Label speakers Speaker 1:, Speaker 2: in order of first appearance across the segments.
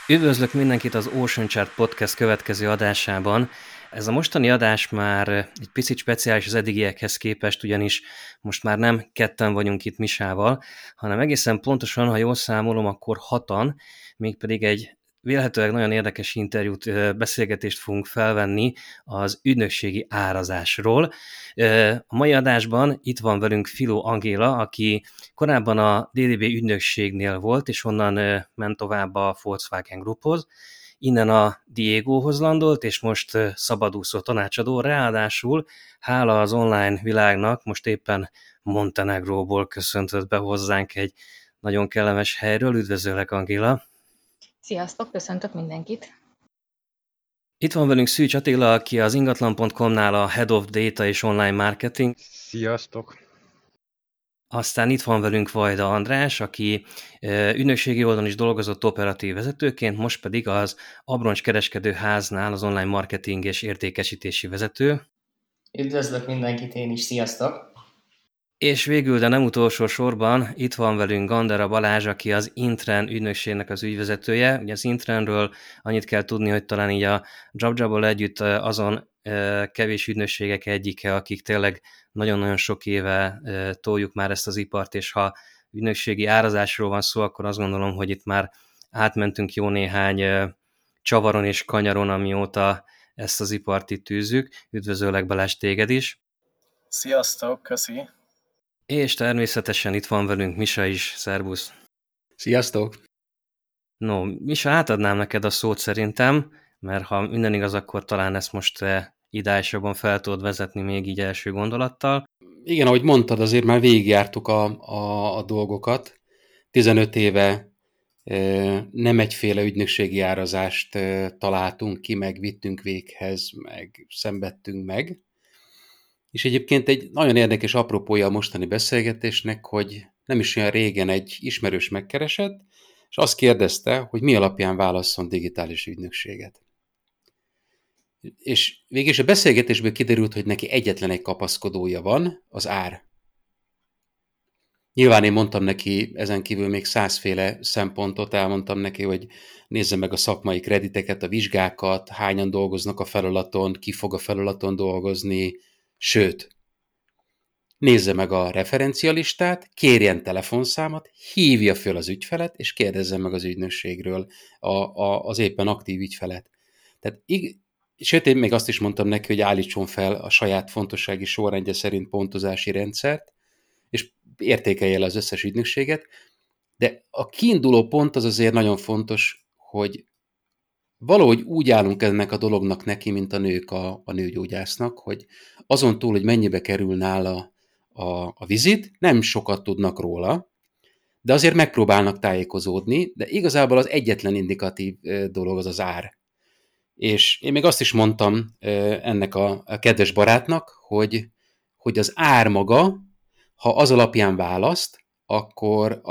Speaker 1: Üdvözlök mindenkit az Ocean Chart Podcast következő adásában. Ez a mostani adás már egy picit speciális az eddigiekhez képest, ugyanis most már nem ketten vagyunk itt Misával, hanem egészen pontosan, ha jól számolom, akkor hatan, mégpedig egy vélhetőleg nagyon érdekes interjút, beszélgetést fogunk felvenni az ügynökségi árazásról. A mai adásban itt van velünk Filó Angéla, aki korábban a DDB ügynökségnél volt, és onnan ment tovább a Volkswagen Grouphoz. Innen a Diegohoz landolt, és most szabadúszó tanácsadó, ráadásul hála az online világnak most éppen Montenegróból köszöntött be hozzánk egy nagyon kellemes helyről. Üdvözöllek, Angéla!
Speaker 2: Sziasztok, köszöntök mindenkit!
Speaker 1: Itt van velünk Szűcs Attila, aki az ingatlan.com-nál a Head of Data és Online Marketing.
Speaker 3: Sziasztok!
Speaker 1: Aztán itt van velünk Vajda András, aki ügynökségi oldalon is dolgozott operatív vezetőként, most pedig az Abroncs Kereskedőháznál az online marketing és értékesítési vezető.
Speaker 4: Üdvözlök mindenkit, én is, sziasztok!
Speaker 1: És végül, de nem utolsó sorban, itt van velünk Gandera Balázs, aki az Intren ügynökségnek az ügyvezetője. Ugye az Intrenről annyit kell tudni, hogy talán így a JobJob-ból együtt azon kevés ügynökségek egyike, akik tényleg nagyon-nagyon sok éve toljuk már ezt az ipart, és ha ügynökségi árazásról van szó, akkor azt gondolom, hogy itt már átmentünk jó néhány csavaron és kanyaron, amióta ezt az ipart itt űzzük. Üdvözöllek, Balázs, téged is!
Speaker 5: Sziasztok, köszi!
Speaker 1: És természetesen itt van velünk Misa is, szervusz!
Speaker 3: Sziasztok!
Speaker 1: No, Misa, átadnám neked a szót szerintem, mert ha minden igaz, akkor talán ezt most ideálisabban fel tudod vezetni még így első gondolattal.
Speaker 3: Igen, ahogy mondtad, azért már végigjártuk a dolgokat. 15 éve nem egyféle ügynökségi árazást találtunk ki, meg vittünk véghez, meg szenvedtünk meg. És egyébként egy nagyon érdekes apropója a mostani beszélgetésnek, hogy nem is olyan régen egy ismerős megkeresett, és azt kérdezte, hogy mi alapján válasszon digitális ügynökséget. És végülis a beszélgetésből kiderült, hogy neki egyetlen egy kapaszkodója van, az ár. Nyilván én mondtam neki ezen kívül még 100 féle szempontot, elmondtam neki, hogy nézze meg a szakmai krediteket, a vizsgákat, hányan dolgoznak a feladaton, ki fog a feladaton dolgozni, sőt, nézze meg a referencialistát, kérjen telefonszámot, hívja föl az ügyfelet, és kérdezzen meg az ügynökségről az éppen aktív ügyfelet. Tehát sőt, én még azt is mondtam neki, hogy állítson fel a saját fontossági sorrendje szerint pontozási rendszert, és értékelje el az összes ügynökséget, de a kiinduló pont az azért nagyon fontos, hogy valahogy úgy állunk ennek a dolognak neki, mint a nők a nőgyógyásznak, hogy azon túl, hogy mennyibe kerül nála a vizit, nem sokat tudnak róla, de azért megpróbálnak tájékozódni, de igazából az egyetlen indikatív dolog az az ár. És én még azt is mondtam ennek a kedves barátnak, hogy az ár maga, ha az alapján választ, akkor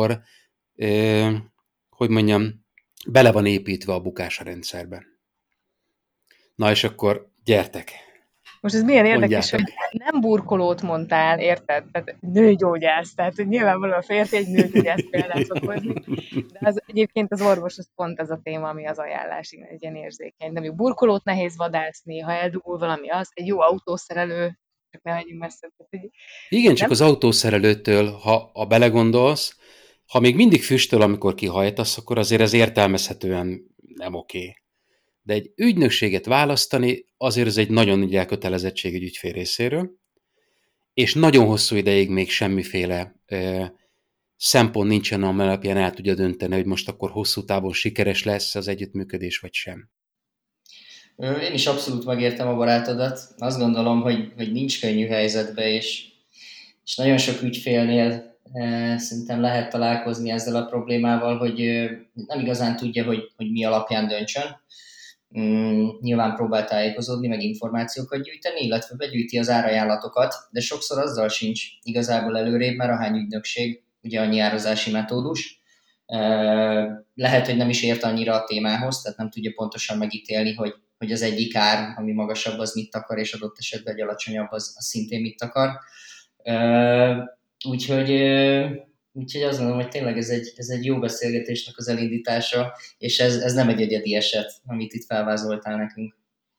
Speaker 3: hogy mondjam, bele van építve a bukás a rendszerben. Na és akkor gyertek!
Speaker 2: Most ez milyen érdekes,
Speaker 3: Mondjátok.
Speaker 2: hogy nem burkolót mondtál, érted? Tehát nőgyógyász, tehát hogy nyilvánvalóan a férfi egy nőgyógyász példát fog hozni, de egyébként az orvos az pont ez a téma, ami az ajánlás, egy ilyen érzékeny. De még burkolót nehéz vadászni, ha eldugul valami az, egy jó autószerelő, csak ne megyünk messze.
Speaker 3: Igen, csak az autószerelőtől, ha belegondolsz, ha még mindig füstöl, amikor kihajtasz, akkor azért ez értelmezhetően nem oké. De egy ügynökséget választani azért ez egy nagyon nagy elkötelezettség egy ügyfél részéről, és nagyon hosszú ideig még semmiféle szempont nincsen, amely alapján el tudja dönteni, hogy most akkor hosszú távon sikeres lesz az együttműködés, vagy sem.
Speaker 4: Én is abszolút megértem a barátodat. Azt gondolom, hogy nincs könnyű helyzetbe, és nagyon sok ügyfélnél szerintem lehet találkozni ezzel a problémával, hogy nem igazán tudja, hogy mi alapján döntsön. Nyilván próbál tájékozódni, meg információkat gyűjteni, illetve begyűjti az árajánlatokat, de sokszor azzal sincs igazából előrébb, mert ahány ügynökség, ugye annyi árazási metódus. Lehet, hogy nem is ért annyira a témához, tehát nem tudja pontosan megítélni, hogy az egyik ár, ami magasabb, az mit akar, és adott esetben egy alacsonyabb, az szintén mit akar. Úgyhogy Úgyhogy azt gondolom, hogy tényleg ez egy jó beszélgetésnek az elindítása, és ez nem egy egyedi eset, amit itt felvázoltál nekünk.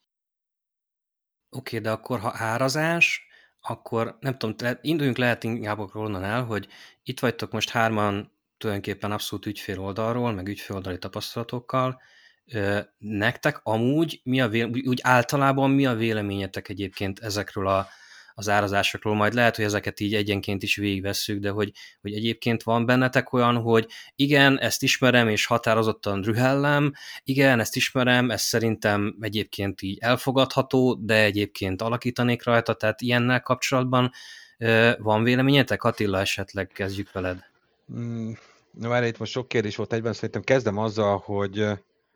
Speaker 1: Oké, de akkor ha árazás, akkor nem tudom, induljunk lehet inkább akkor onnan el, hogy itt vagytok most hárman tulajdonképpen abszolút ügyfél oldalról, meg ügyfél oldali tapasztalatokkal. Nektek amúgy úgy általában mi a véleményetek egyébként ezekről az árazásokról? Majd lehet, hogy ezeket így egyenként is végigvesszük, de hogy egyébként van bennetek olyan, hogy igen, ezt ismerem és határozottan rühellem, igen, ezt ismerem, ez szerintem egyébként így elfogadható, de egyébként alakítanék rajta, tehát ilyennel kapcsolatban van véleményetek? Attila, esetleg kezdjük veled.
Speaker 6: Na már itt most sok kérdés volt egyben, szerintem kezdem azzal, hogy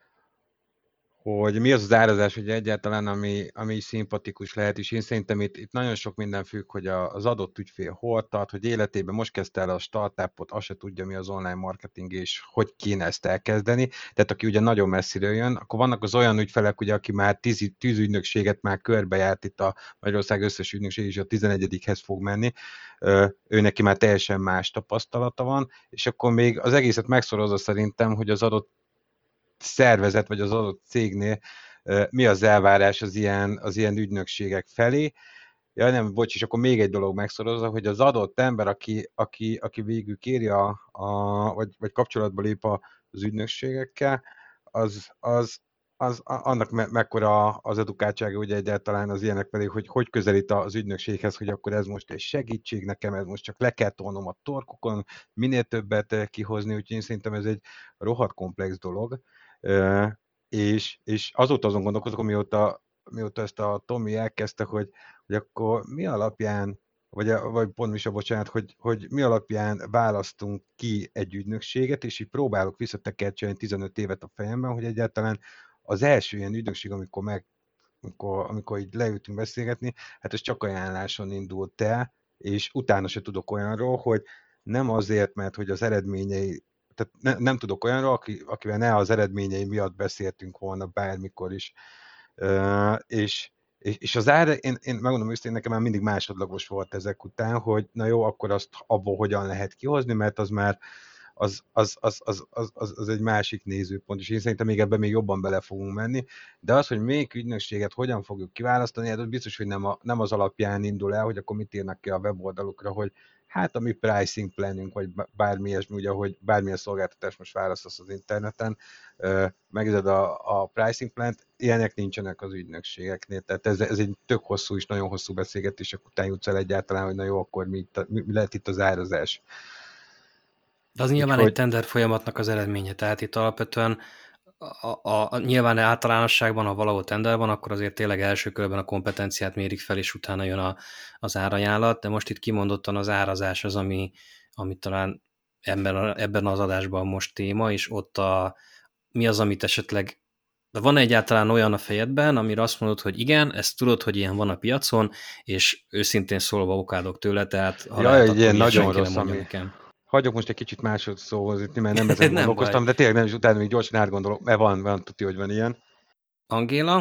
Speaker 6: mi az árazás, hogy egyáltalán, ami szimpatikus lehet, és én szerintem itt nagyon sok minden függ, hogy az adott ügyfél hol tart, hogy életében most kezdte el a startupot, azt se tudja, mi az online marketing, és hogy kéne ezt elkezdeni. Tehát aki ugye nagyon messziről jön, akkor vannak az olyan ügyfelek, ugye, aki már 10 ügynökséget már körbejárt, itt a Magyarország összes ügynökség, és a 11-hez fog menni, ő neki már teljesen más tapasztalata van, és akkor még az egészet megszorozza szerintem, hogy az adott szervezet, vagy az adott cégnél mi az elvárás az ilyen ügynökségek felé. Ja, nem, bocs, és akkor még egy dolog megszorozza, hogy az adott ember, aki végül kéri vagy kapcsolatba lép az ügynökségekkel, annak mekkora az edukáltsága, ugye egyáltalán az ilyenek felé, hogy közelít az ügynökséghez, hogy akkor ez most egy segítség nekem, ez most csak le kell tolnom a torkokon, minél többet kihozni, úgyhogy én szerintem ez egy rohadt komplex dolog. És azóta azon gondolkozok, mióta ezt a Tomi elkezdte, hogy akkor mi alapján, vagy pont is a bocsánat, hogy mi alapján választunk ki egy ügynökséget, és így próbálok visszatekercselni 15 évet a fejemben, hogy egyáltalán az első ilyen ügynökség, amikor így leültünk beszélgetni, hát ez csak ajánláson indult el, és utána se tudok olyanról, hogy nem azért, mert hogy az eredményei, tehát nem tudok olyanról, akivel ne az eredményei miatt beszéltünk volna bármikor is. És az ár, én megmondom őszintén, nekem már mindig másodlagos volt ezek után, hogy na jó, akkor azt abból hogyan lehet kihozni, mert az már az egy másik nézőpont, és én szerintem még ebben még jobban bele fogunk menni, de az, hogy melyik ügynökséget hogyan fogjuk kiválasztani, hát az biztos, hogy nem az alapján indul el, hogy akkor mit írnak ki a weboldalukra, hogy hát a mi pricing planünk, vagy bármi ilyesmi, ugye, hogy bármilyen szolgáltatást most választasz az interneten, megnézed a pricing plant, ilyenek nincsenek az ügynökségeknél, tehát ez egy tök hosszú és nagyon hosszú beszélgetések után jutsz el egyáltalán, hogy na jó, akkor mi lehet itt az árazás.
Speaker 1: De az nyilván egy tender folyamatnak az eredménye, tehát itt alapvetően nyilván általánosságban, ha valahol tender van, akkor azért tényleg első körben a kompetenciát mérik fel, és utána jön az árajánlat, de most itt kimondottan az árazás az, ami talán ebben az adásban most téma, és ott mi az, amit esetleg de van egyáltalán olyan a fejedben, amire azt mondod, hogy igen, ezt tudod, hogy ilyen van a piacon, és őszintén szólva okádok tőle, tehát ha lehet,
Speaker 6: ilyen nagyon
Speaker 1: rossz, ami nekem.
Speaker 6: Hagyok most egy kicsit másod szóhozni, mert nem ezen gondolkoztam, de tényleg nem is utána még gyorsan átgondolok, mert van tudja, hogy van ilyen.
Speaker 1: Angéla?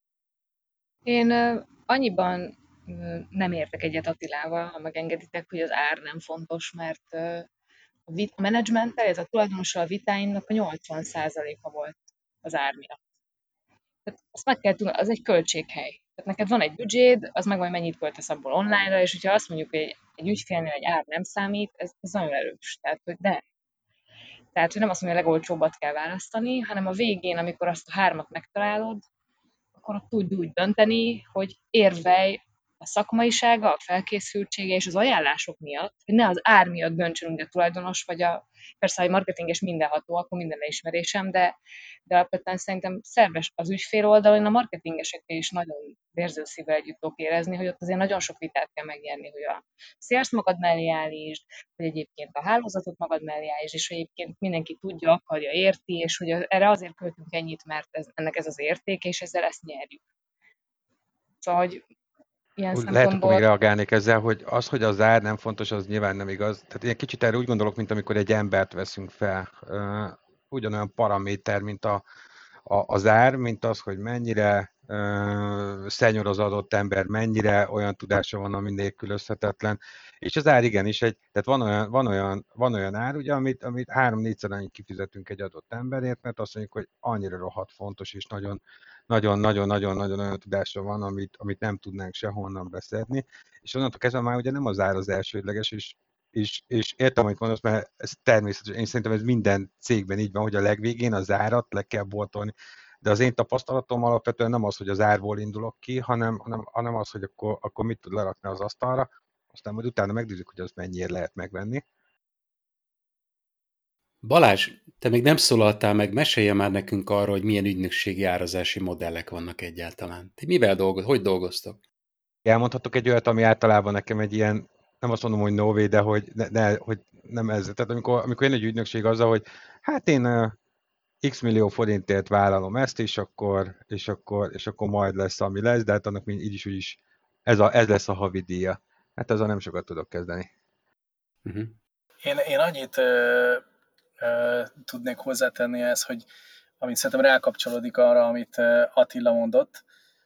Speaker 2: Én annyiban nem értek egyet Attilával, ha megengeditek, hogy az ár nem fontos, mert a menedzsmenttel, ez a tulajdonossal a vitáimnak a 80%-a volt az ár miatt. Tehát azt meg kell tudni, az egy költséghely. Tehát neked van egy büdzséd, az meg majd mennyit költesz abból online-ra, és hogyha azt mondjuk, hogy egy ügyfélnél egy ár nem számít, ez nagyon erős. Tehát, hogy hogy nem azt mondja, a legolcsóbbat kell választani, hanem a végén, amikor azt a hármat megtalálod, akkor ott tudj úgy dönteni, hogy érvelj a szakmaisága, a felkészültsége és az ajánlások miatt, hogy ne az ár miatt döntsön úgy a tulajdonos, vagy persze, ha egy marketinges mindenható, akkor minden ismerésem, de alapvetően szerintem szerves az ügyfél oldalon, a marketingesekkel is nagyon vérző szívvel együtt tudok érezni, hogy ott azért nagyon sok vitát kell megnyerni, hogy a sales magad mellé állítsd, hogy egyébként a hálózatot magad mellé állítsd, és hogy egyébként mindenki tudja, akarja, érti, és hogy erre azért költünk ennyit, mert ennek ez az érték, és ezzel ezt nyerjük. Szóval, hogy ilyen
Speaker 6: szempontból... Lehet, akkor még reagálnék ezzel, hogy az ár nem fontos, az nyilván nem igaz. Tehát én kicsit erre úgy gondolok, mint amikor egy embert veszünk fel. Ugyanolyan paraméter, mint az ár, mint az, hogy mennyire szenyor az adott ember mennyire, olyan tudása van, ami nélkülözhetetlen. És az ár igenis tehát van olyan ár, ugye, amit 3-4-szer annyit kifizetünk egy adott emberért, mert azt mondjuk, hogy annyira rohadt fontos, és nagyon olyan tudása van, amit nem tudnánk sehonnan beszedni. És onnantól kezdve már ugye nem az ár az elsődleges, és értem, amit mondasz, mert ez természetes. Én szerintem ez minden cégben így van, hogy a legvégén az árat le kell boltolni. De az én tapasztalatom alapvetően nem az, hogy az árból indulok ki, hanem az, hogy akkor mit tud lerakni az asztalra, aztán majd utána megnézzük, hogy az mennyiért lehet megvenni.
Speaker 3: Balázs, te még nem szólaltál meg, mesélje már nekünk arról, hogy milyen ügynökségi árazási modellek vannak egyáltalán. Ti hogy dolgoztok?
Speaker 6: Elmondhatok egy olyat, ami általában nekem egy ilyen, nem azt mondom, hogy no way, de hogy nem ez. Tehát amikor jön egy ügynökség azzal, hogy hát én x millió forintért vállalom ezt, és akkor majd lesz, ami lesz, de hát annak így is úgy is ez lesz a havidíja. Hát ezzel nem sokat tudok kezdeni.
Speaker 3: Uh-huh.
Speaker 5: Én annyit tudnék hozzátenni ehhez, hogy amit szerintem rákapcsolódik arra, amit Attila mondott,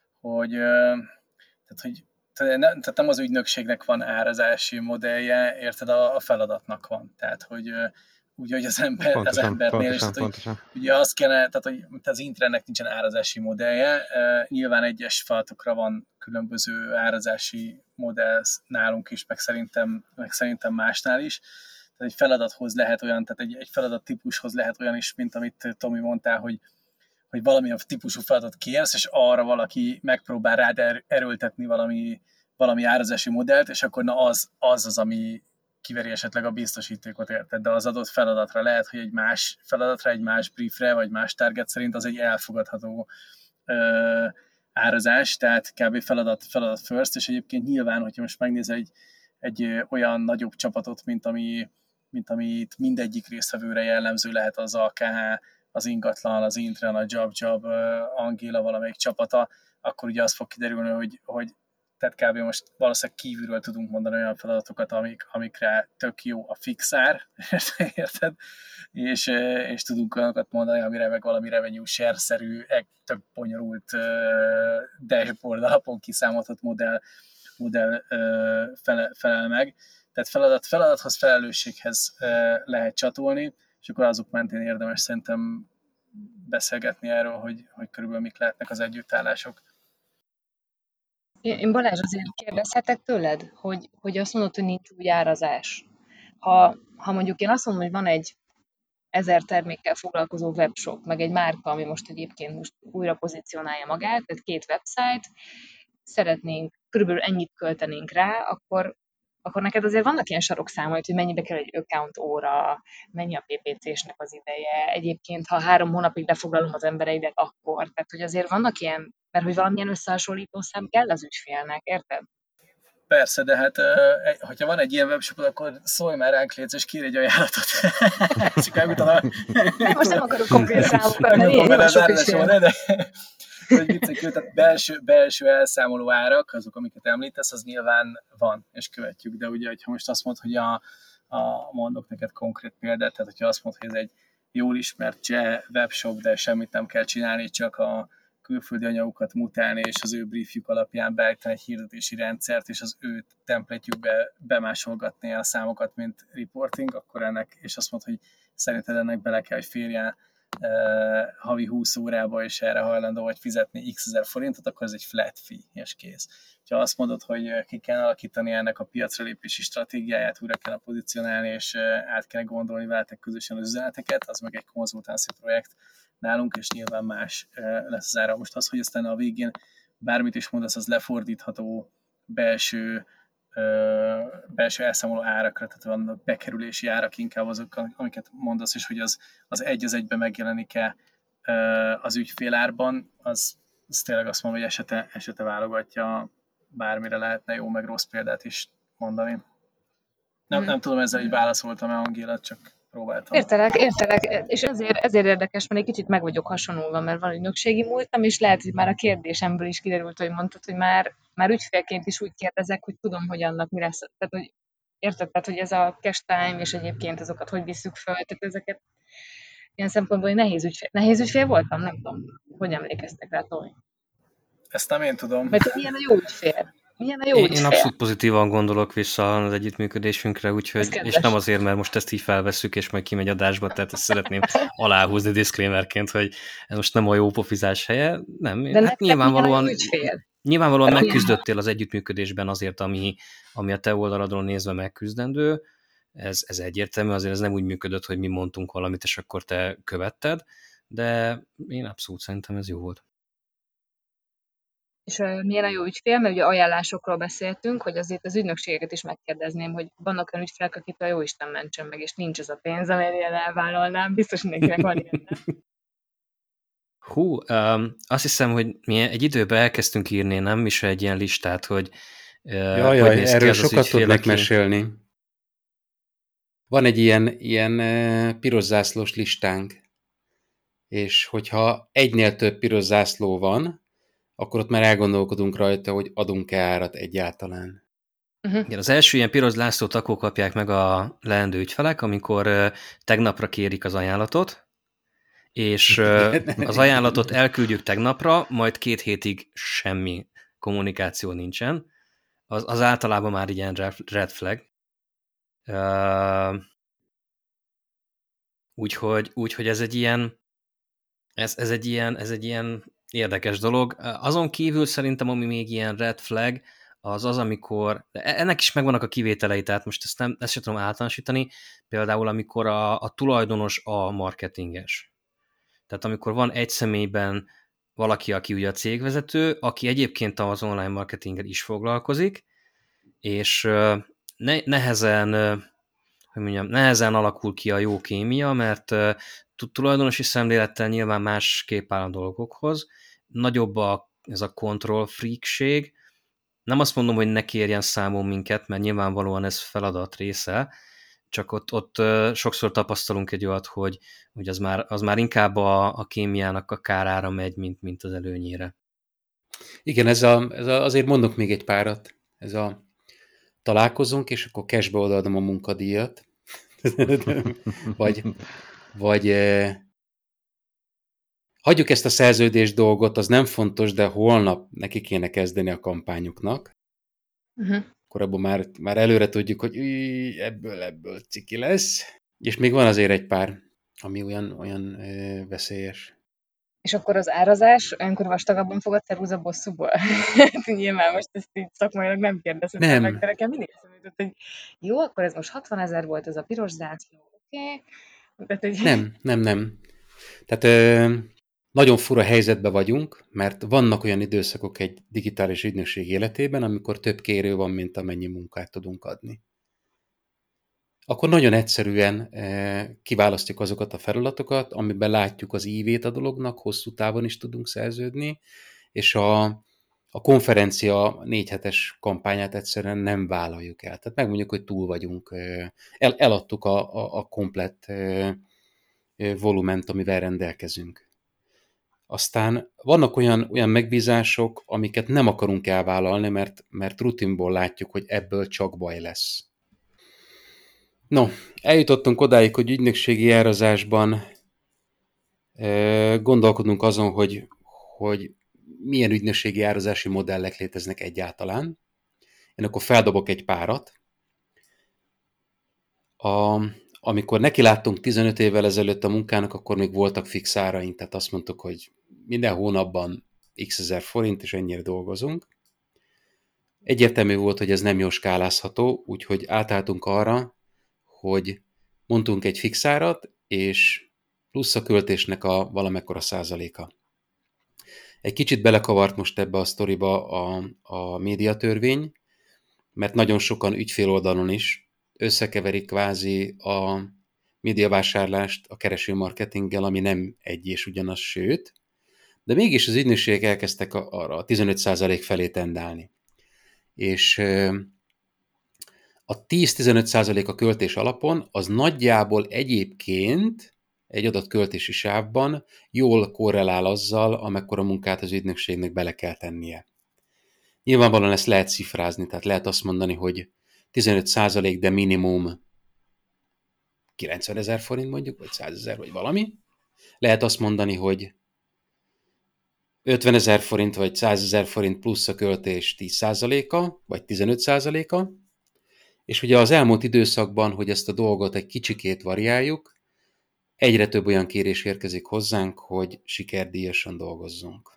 Speaker 5: tehát nem az ügynökségnek van árazási modellje, érted, a feladatnak van. Tehát, hogy úgy, hogy az embernél, és pontosan. Ugye azt kellene, tehát hogy az Intrennek nincsen árazási modellje, nyilván egyes feladatokra van különböző árazási modell nálunk is, meg szerintem másnál is. Tehát egy feladathoz lehet olyan, tehát egy feladat típushoz lehet olyan is, mint amit Tomi mondtál, hogy valamilyen típusú feladatot kérsz, és arra valaki megpróbál rád erőltetni valami árazási modellt, és akkor az, ami kiveri esetleg a biztosítékot, érted, de az adott feladatra lehet, hogy egy más feladatra, egy más briefre, vagy más target szerint az egy elfogadható árazás, tehát kb. feladat first, és egyébként nyilván, hogyha most megnézel egy olyan nagyobb csapatot, mint amit mindegyik résztvevőre jellemző lehet az AKH, az Ingatlan, az Intren, a Job, Angéla valamelyik csapata, akkor ugye az fog kiderülni, hogy tehát kb. Most valószínűleg kívülről tudunk mondani olyan feladatokat, amikre tök jó a fix ár, érted? És tudunk olyanokat mondani, amire meg valami revenue share-szerű, tök bonyolult dashboard alapon kiszámoltott modell felel meg. Tehát feladathoz, felelősséghez lehet csatolni, és akkor azok mentén érdemes szerintem beszélgetni erről, hogy körülbelül mik lehetnek az együttállások.
Speaker 2: Én Balázs azért kérdezhetek tőled, hogy azt mondod, hogy nincs úgy árazás. Ha mondjuk én azt mondom, hogy van egy 1000 termékkel foglalkozó webshop, meg egy márka, ami most egyébként újra pozícionálja magát, tehát 2 website, szeretnénk, körülbelül ennyit költenénk rá, akkor neked azért vannak ilyen sarokszámai, hogy mennyibe kell egy account óra, mennyi a PPC-snek az ideje, egyébként ha 3 hónapig lefoglalom az embereidet, akkor. Tehát, hogy azért vannak ilyen, mert hogy valamilyen összehasonlító szám kell az ügyfélnek, érted?
Speaker 5: Persze, de hát, hogyha van egy ilyen webshop, akkor szólj már ránk, légy, és kérj egy ajánlatot.
Speaker 2: Most nem akarok konkrét számokat, mert én van sok is
Speaker 5: tehát belső elszámoló árak, azok, amiket említesz, az nyilván van, és követjük, de ugye, ha most azt mondod, hogy mondok neked konkrét példát, tehát hogyha azt mondod, hogy ez egy jól ismert cseh webshop, de semmit nem kell csinálni, csak a külföldi anyagokat mutálni, és az ő briefjük alapján beállítani egy hirdetési rendszert, és az ő templetjükbe bemásolgatni a számokat, mint reporting, akkor ennek, és azt mondod, hogy szerinted ennek bele kell, hogy férjen havi 20 órába, és erre hajlandó vagy fizetni x ezer forintot, akkor ez egy flat fee, és kész. Ha azt mondod, hogy ki kell alakítani ennek a piacra lépési stratégiáját, újra kell pozícionálni, és át kell gondolni veletek közösen az üzeneteket, az meg egy konzultánszi projekt nálunk, és nyilván más lesz az ára. Most az, hogy aztán a végén bármit is mondasz, az lefordítható belső elszámoló árakra, tehát vannak bekerülési árak inkább azok, amiket mondasz, és hogy az egy az egyben megjelenik-e az ügyfélárban, az tényleg azt mondom, hogy esete válogatja, bármire lehetne jó meg rossz példát is mondani. Nem tudom, ezzel így válaszoltam-e, Angéla, csak próbáltam.
Speaker 2: Értelek, és ezért érdekes, mert egy kicsit meg vagyok hasonlulva, mert van ügynökségi múltam, és lehet, hogy már a kérdésemből is kiderült, hogy mondtad, hogy már ügyfélként is úgy kérdezek, hogy tudom, hogy annak mi lesz. Tehát, hogy érted, tehát, hogy ez a cash time, és egyébként azokat hogy visszük föl, tehát ezeket ilyen szempontból nehéz ügyfél voltam, nem tudom, hogy emlékeztek rá, Tomi.
Speaker 5: Ezt nem én tudom.
Speaker 2: Mert milyen a jó ügyfél? Milyen a jó
Speaker 1: Én
Speaker 2: ügyfél?
Speaker 1: abszolút pozitívan gondolok vissza az együttműködésünkre, úgyhogy, és nem azért, mert most ezt így felvesszük, és majd kimegy adásba, tehát ezt szeretném aláhúzni disclaimerként, hogy ez most nem a jó pofizás helye. Nem,
Speaker 2: de
Speaker 1: hát nyilvánvalóan
Speaker 2: Tehát
Speaker 1: megküzdöttél az együttműködésben azért, ami a te oldaladról nézve megküzdendő, ez egyértelmű, azért ez nem úgy működött, hogy mi mondtunk valamit, és akkor te követted, de én abszolút szerintem ez jó volt.
Speaker 2: És milyen a jó ügyfél, mert ugye ajánlásokról beszéltünk, hogy azért az ügynökségeket is megkérdezném, hogy vannak olyan ügyfelek, akit a jóisten mentsen meg, és nincs ez a pénz, amelyet ilyen elvállalnám. Biztos mindenkinek van ilyen.
Speaker 1: Azt hiszem, hogy mi egy időben elkezdtünk írni, nem is egy ilyen listát, hogy
Speaker 3: Jaj,
Speaker 1: hogy néz ki
Speaker 3: erről
Speaker 1: az
Speaker 3: sokat
Speaker 1: ügyfél,
Speaker 3: tudnék
Speaker 1: aki...
Speaker 3: mesélni. Van egy ilyen piros zászlós listánk, és hogyha egynél több piros zászló van, akkor ott már elgondolkodunk rajta, hogy adunk-e árat egyáltalán.
Speaker 1: Igen, az első ilyen piros zászlót akkor kapják meg a leendő ügyfelek, amikor tegnapra kérik az ajánlatot, és az ajánlatot elküldjük tegnapra, majd 2 hétig semmi kommunikáció nincsen. Az általában már ilyen red flag. Úgyhogy ez egy ilyen érdekes dolog. Azon kívül szerintem, ami még ilyen red flag, az, amikor, ennek is megvannak a kivételei, tehát most ezt sem tudom általánosítani, például amikor a tulajdonos a marketinges. Tehát amikor van egy személyben valaki, aki ugye a cégvezető, aki egyébként az online marketinggel is foglalkozik, és nehezen alakul ki a jó kémia, mert tulajdonosi szemlélettel nyilván másképp áll a dolgokhoz. Nagyobb ez a control freakség. Nem azt mondom, hogy ne kérjen számon minket, mert nyilvánvalóan ez feladat része, csak ott sokszor tapasztalunk egy olyat, hogy az már inkább a kémiának a kárára megy, mint az előnyére.
Speaker 3: Igen, azért mondok még egy párat. Találkozunk, és akkor cashbe odaadom a munkadíjat. vagy hagyjuk ezt a szerződés dolgot, az nem fontos, de holnap neki kéne kezdeni a kampányuknak. Akkor abban már előre tudjuk, hogy ebből ciki lesz. És még van azért egy pár, ami olyan veszélyes.
Speaker 2: És akkor az árazás, olyankor vastagabban fogad ceruza bosszúból? Nyilván most ezt így szakmailag nem kérdezem meg, de nekem mindig eszembe jutott, hogy jó, akkor ez most 60 000 volt, ez a piros zászló, oké?
Speaker 3: Okay. Nem. Tehát nagyon fura helyzetben vagyunk, mert vannak olyan időszakok egy digitális ügynökség életében, amikor több kérő van, mint amennyi munkát tudunk adni. Akkor nagyon egyszerűen kiválasztjuk azokat a feladatokat, amiben látjuk az ívét a dolognak, hosszú távon is tudunk szerződni, és a konferencia 4 hetes kampányát egyszerűen nem vállaljuk el. Tehát megmondjuk, hogy túl vagyunk, eladtuk a komplett volument, amivel rendelkezünk. Aztán vannak olyan megbízások, amiket nem akarunk elvállalni, mert rutinból látjuk, hogy ebből csak baj lesz. No, eljutottunk odáig, hogy ügynökségi árazásban gondolkodunk azon, hogy milyen ügynökségi árazási modellek léteznek egyáltalán. Én akkor feldobok egy párat. Amikor nekiláttunk 15 évvel ezelőtt a munkának, akkor még voltak fix áraink, tehát azt mondtuk, hogy minden hónapban x ezer forint, és ennyire dolgozunk. Egyértelmű volt, hogy ez nem jól skálázható, úgyhogy átálltunk arra, hogy mondtunk egy fix árat, és plusz a költésnek a valamekkora százaléka. Egy kicsit belekavart most ebbe a sztoriba a médiatörvény, mert nagyon sokan ügyfél oldalon is összekeverik kvázi a médiavásárlást a keresőmarketinggel, ami nem egy és ugyanaz, sőt, de mégis az ügynökségek elkezdtek arra a 15% felé tendálni. És a 10-15% a költés alapon az nagyjából egyébként egy adott költési sávban jól korrelál azzal, amekkora munkát az ügynökségnek bele kell tennie. Nyilvánvalóan ezt lehet cifrázni, tehát lehet azt mondani, hogy 15%, de minimum 90 000 forint mondjuk, vagy 100 000, vagy valami. Lehet azt mondani, hogy 50 000 forint vagy 100 000 forint plusz a költés 10%-a, vagy 15%-a, és ugye az elmúlt időszakban, hogy ezt a dolgot egy kicsikét variáljuk, egyre több olyan kérés érkezik hozzánk, hogy sikerdíjasan dolgozzunk.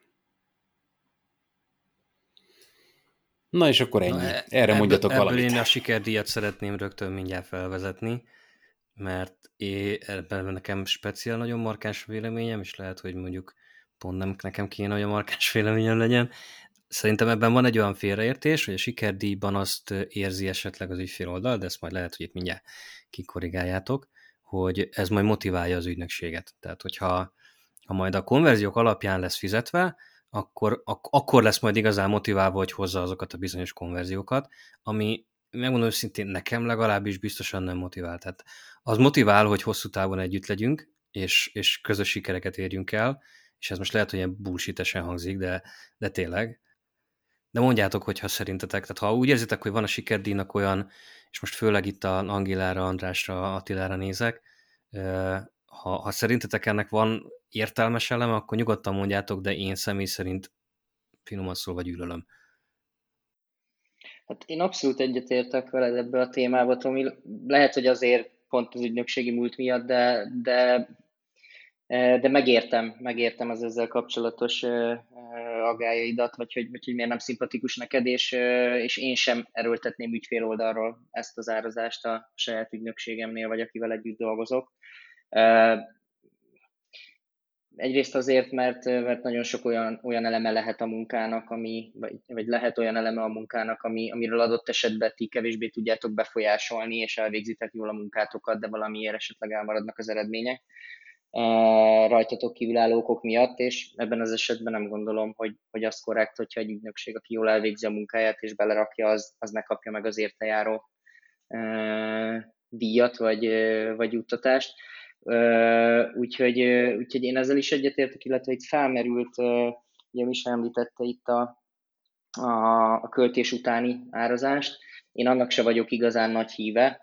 Speaker 3: Na és akkor ennyi. Erre mondjatok
Speaker 1: ebből
Speaker 3: valamit.
Speaker 1: én a sikerdíjat szeretném rögtön mindjárt felvezetni, mert ebben nekem speciál nagyon markáns véleményem, és lehet, hogy mondjuk pont nem nekem kéne nagyon markáns véleményem legyen. Szerintem ebben van egy olyan félreértés, hogy a sikerdíjban azt érzi esetleg az ügyfél oldal, de ezt majd lehet, hogy itt mindjárt kikorrigáljátok, hogy ez majd motiválja az ügynökséget. Tehát, hogyha majd a konverziók alapján lesz fizetve, akkor lesz majd igazán motiválva, hogy hozza azokat a bizonyos konverziókat, ami megmondom őszintén nekem legalábbis biztosan nem motivál. Tehát az motivál, hogy hosszú távon együtt legyünk, és közös sikereket érjünk el, és ez most lehet, hogy ilyen bullshit-esen hangzik, de tényleg. De mondjátok, hogyha szerintetek, tehát ha úgy érzitek, hogy van a sikerdíjnak olyan, és most főleg itt a Angilára, Andrásra, Attilára nézek, ha szerintetek ennek van értelmes eleme, akkor nyugodtan mondjátok, de én személy szerint finoman szólva gyűlölöm.
Speaker 4: Hát én abszolút egyetértek veled ebbe a témába, Tomi. Lehet, hogy azért pont az ügynökségi múlt miatt, de megértem az ezzel kapcsolatos aggályaidat, vagy hogy miért nem szimpatikus neked, és én sem erőltetném ügyfél oldalról ezt az árazást a saját ügynökségemnél, vagy akivel együtt dolgozok. Egyrészt azért, mert nagyon sok olyan eleme lehet a munkának, vagy lehet olyan eleme a munkának, amiről adott esetben ti kevésbé tudjátok befolyásolni, és elvégzitek jól a munkátokat, de valamiért esetleg elmaradnak az eredmények rajtatok kívülálló okok miatt, és ebben az esetben nem gondolom, hogy az korrekt, hogyha egy ügynökség, aki jól elvégzi a munkáját és belerakja, az ne kapja meg az érte járó díjat vagy juttatást. Úgyhogy én ezzel is egyetértek, illetve itt felmerült, ugye Misa említette itt a költés utáni árazást. Én annak se vagyok igazán nagy híve,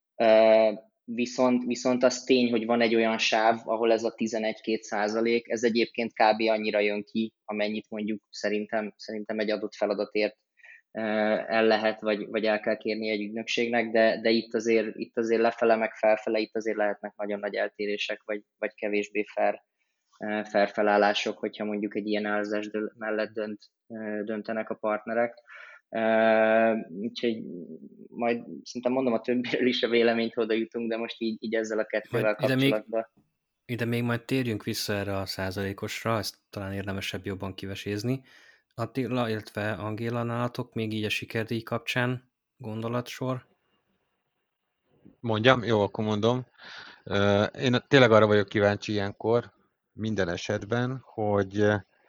Speaker 4: viszont az tény, hogy van egy olyan sáv, ahol ez a 11-2%, ez egyébként kb. Annyira jön ki, amennyit mondjuk szerintem egy adott feladatért el lehet, vagy el kell kérni egy ügynökségnek, de itt azért lefele, meg felfele, itt azért lehetnek nagyon nagy eltérések, vagy kevésbé fair felállások, hogyha mondjuk egy ilyen árazás mellett döntenek a partnerek. Úgyhogy majd szerintem mondom a többiről is a véleményt, oda jutunk, de most így ezzel a kettővel kapcsolatban.
Speaker 1: Ide még majd térjünk vissza erre a százalékosra, ezt talán érdemesebb jobban kivesézni. Attila, illetve Angéla, nálatok még így a sikerdíj kapcsán gondolatsor?
Speaker 6: Mondjam? Jó, akkor mondom. Én tényleg arra vagyok kíváncsi ilyenkor, minden esetben, hogy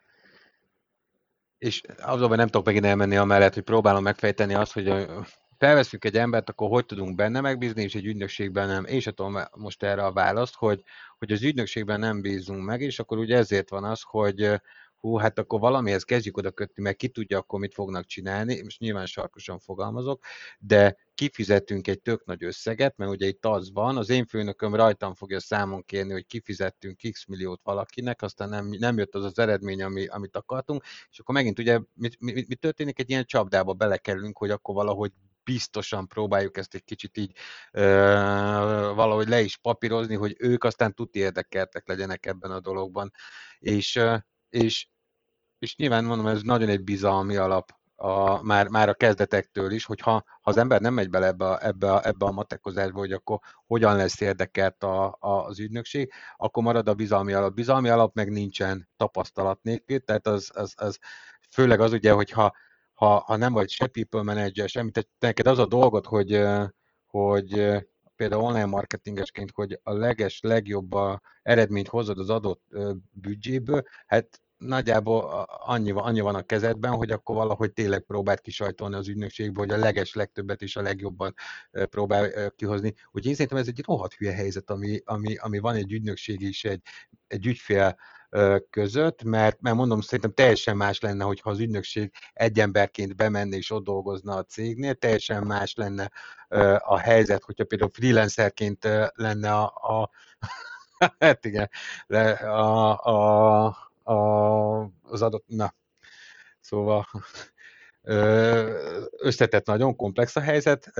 Speaker 6: és azonban nem tudok megint elmenni amellett, hogy próbálom megfejteni azt, hogy felveszünk egy embert, akkor hogy tudunk benne megbízni, és egy ügynökségben nem. Én sem tudom most erre a választ, hogy az ügynökségben nem bízunk meg, és akkor ugye ezért van az, hogy hát akkor valamihez kezdjük oda kötni, meg ki tudja akkor mit fognak csinálni, most nyilván sarkosan fogalmazok, de kifizetünk egy tök nagy összeget, mert ugye itt az van, az én főnököm rajtam fogja számon kérni, hogy kifizettünk x milliót valakinek, aztán nem jött az az eredmény, amit akartunk, és akkor megint ugye mi történik, egy ilyen csapdába belekerülünk, hogy akkor valahogy biztosan próbáljuk ezt egy kicsit így valahogy le is papírozni, hogy ők aztán tuti érdekeltek legyenek ebben a dologban. És nyilván mondom, ez nagyon egy bizalmi alap már a kezdetektől is, hogy ha az ember nem megy bele ebbe a matekozásba, hogy akkor hogyan lesz érdekelt az ügynökség, akkor marad a bizalmi alap. Bizalmi alap meg nincsen tapasztalat nélkül, tehát az főleg az ugye, hogy ha nem vagy se people manager, semmit, tehát neked az a dolgot, hogy például online marketingesként, hogy a legjobb eredményt hozod az adott büdzséből, hát nagyjából annyi van a kezedben, hogy akkor valahogy tényleg próbáld kisajtolni az ügynökségből, hogy a legtöbbet és a legjobban próbál kihozni. Úgyhogy én szerintem ez egy rohadt hülye helyzet, ami van egy ügynökség és egy ügyfél között, mert mondom, szerintem teljesen más lenne, hogyha az ügynökség egy emberként bemenne és ott dolgozna a cégnél, teljesen más lenne a helyzet, hogyha például freelancerként lenne hát igen, az adott, szóval összetett, nagyon komplex a helyzet,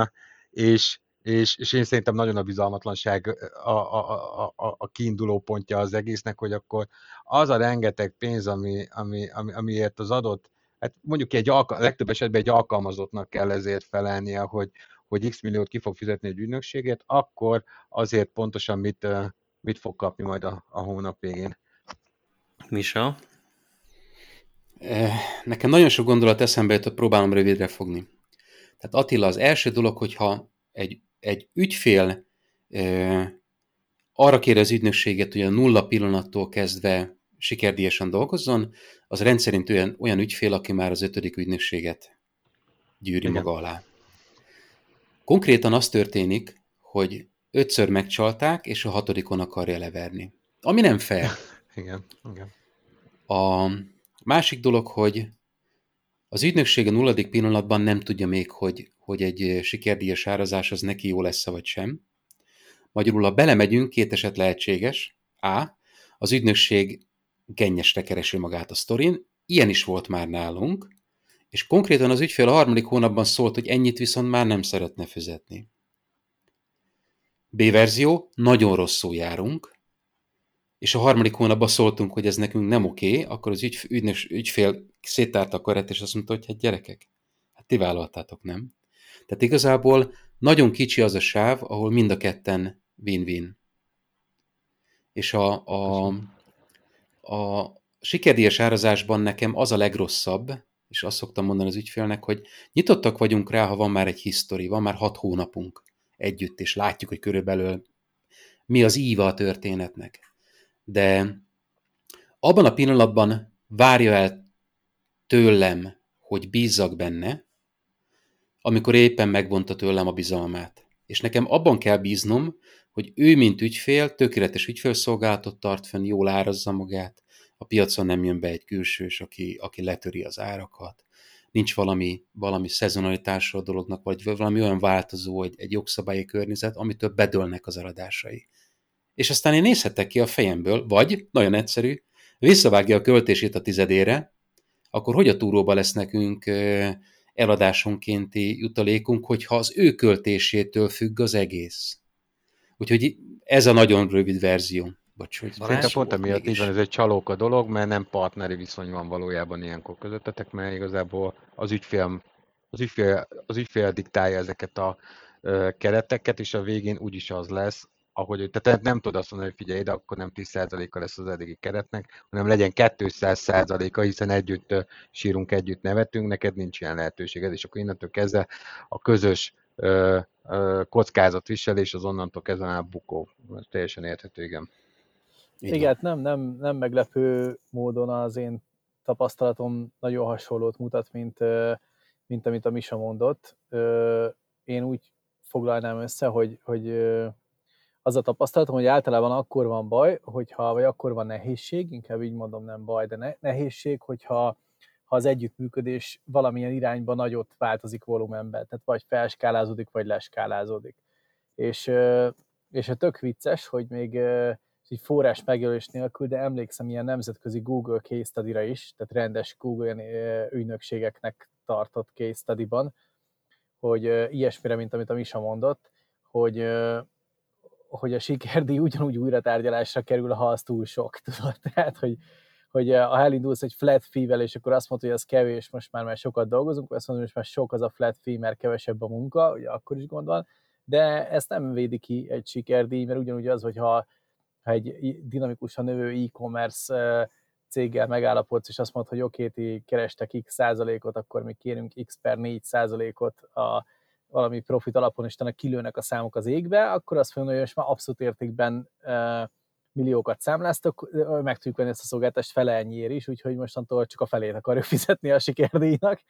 Speaker 6: és én szerintem nagyon a bizalmatlanság a kiinduló pontja az egésznek, hogy akkor az a rengeteg pénz, amiért az adott, hát mondjuk legtöbb esetben egy alkalmazottnak kell ezért felelnie, hogy x milliót ki fog fizetni egy ügynökséget, akkor azért pontosan mit fog kapni majd a hónap végén.
Speaker 1: Misa?
Speaker 3: Nekem nagyon sok gondolat eszembe jutott, próbálom rövidre fogni. Tehát Attila, az első dolog, hogyha egy ügyfél arra kér az ügynökséget, hogy a 0 pillanattól kezdve sikerdíjasan dolgozzon, az rendszerint olyan ügyfél, aki már az 5. ügynökséget gyűri maga alá. Konkrétan az történik, hogy 5-ször megcsalták, és a 6. akarja leverni. Ami nem fair.
Speaker 6: Igen.
Speaker 3: A másik dolog, hogy az ügynökség a 0. pillanatban nem tudja még, hogy egy sikerdíjas árazás az neki jó lesz vagy sem. Magyarul, ha belemegyünk, 2 eset lehetséges. A. Az ügynökség gennyesre keresi magát a sztorin. Ilyen is volt már nálunk. És konkrétan az ügyfél a 3. hónapban szólt, hogy ennyit viszont már nem szeretne fizetni. B verzió, nagyon rosszul járunk, és a 3. hónapban szóltunk, hogy ez nekünk nem oké, akkor az ügyfél széttárta a karját, és azt mondta, hogy hát gyerekek, hát ti vállaltátok, nem? Tehát igazából nagyon kicsi az a sáv, ahol mind a ketten win-win. És a sikerdíjas árazásban nekem az a legrosszabb, és azt szoktam mondani az ügyfélnek, hogy nyitottak vagyunk rá, ha van már egy history, van már 6 hónapunk együtt, és látjuk, hogy körülbelül mi az íva a történetnek. De abban a pillanatban várja el tőlem, hogy bízzak benne, amikor éppen megvonta tőlem a bizalmát. És nekem abban kell bíznom, hogy ő, mint ügyfél, tökéletes ügyfélszolgálatot tart fenn, jól árazza magát, a piacon nem jön be egy külsős, aki letöri az árakat, nincs valami szezonalitásra a dolognak, vagy valami olyan változó, egy jogszabályi környezet, amitől bedőlnek az eladásai. És aztán én nézhetek ki a fejemből, vagy, nagyon egyszerű, visszavágja a költését a 10-ére, akkor hogy a túróba lesz nekünk eladásonkénti jutalékunk, hogyha az ő költésétől függ az egész. Úgyhogy ez a nagyon rövid verzió.
Speaker 6: Szerintem pont amiatt így van, ez egy csalóka dolog, mert nem partneri viszony van valójában ilyenkor közöttetek, mert igazából az ügyfél diktálja ezeket a kereteket, és a végén úgyis az lesz, ahogy, tehát nem tudod azt mondani, hogy figyelj ide, akkor nem 10%-a lesz az eddigi keretnek, hanem legyen 200%-a, hiszen együtt sírunk, együtt nevetünk, neked nincs ilyen lehetőséged, és akkor innentől kezdve a közös kockázatviselés az onnantól kezdve már bukó. Ez teljesen érthető, igen.
Speaker 5: Igen, nem meglepő módon az én tapasztalatom nagyon hasonlót mutat, mint amit a Misa mondott. Én úgy foglalnám össze, hogy az a tapasztalatom, hogy általában akkor van baj, vagy akkor van nehézség, inkább így mondom, nem baj, de nehézség, hogyha az együttműködés valamilyen irányba nagyot változik volumenben, tehát vagy felskálázódik, vagy leskálázódik. És a tök vicces, hogy még egy forrás megjelölés nélkül, de emlékszem ilyen nemzetközi Google case study-ra is, tehát rendes Google ügynökségeknek tartott case study-ban, hogy ilyesmire, mint amit a Misa mondott, hogy a sikerdíj ugyanúgy újra tárgyalásra kerül, ha az túl sok, tudod? Tehát, hogy ha elindulsz egy flat fee-vel, és akkor azt mondod, hogy ez kevés, most már sokat dolgozunk, azt mondod, hogy most már sok az a flat fee, mert kevesebb a munka, ugye akkor is gond van, de ezt nem védi ki egy sikerdíj, mert ugyanúgy az, hogyha egy dinamikusan növő e-commerce céggel megállapodsz, és azt mondod, hogy oké, ti kerestek x százalékot, akkor mi kérünk x per 4 százalékot a valami profit alapon, és utána kilőnek a számok az égbe, akkor azt mondja, hogy most már abszolút értékben milliókat számláztok, meg tudjuk venni ezt a szolgáltást fele ennyiért is, úgyhogy mostantól csak a felét akarjuk fizetni a sikerdíjnak,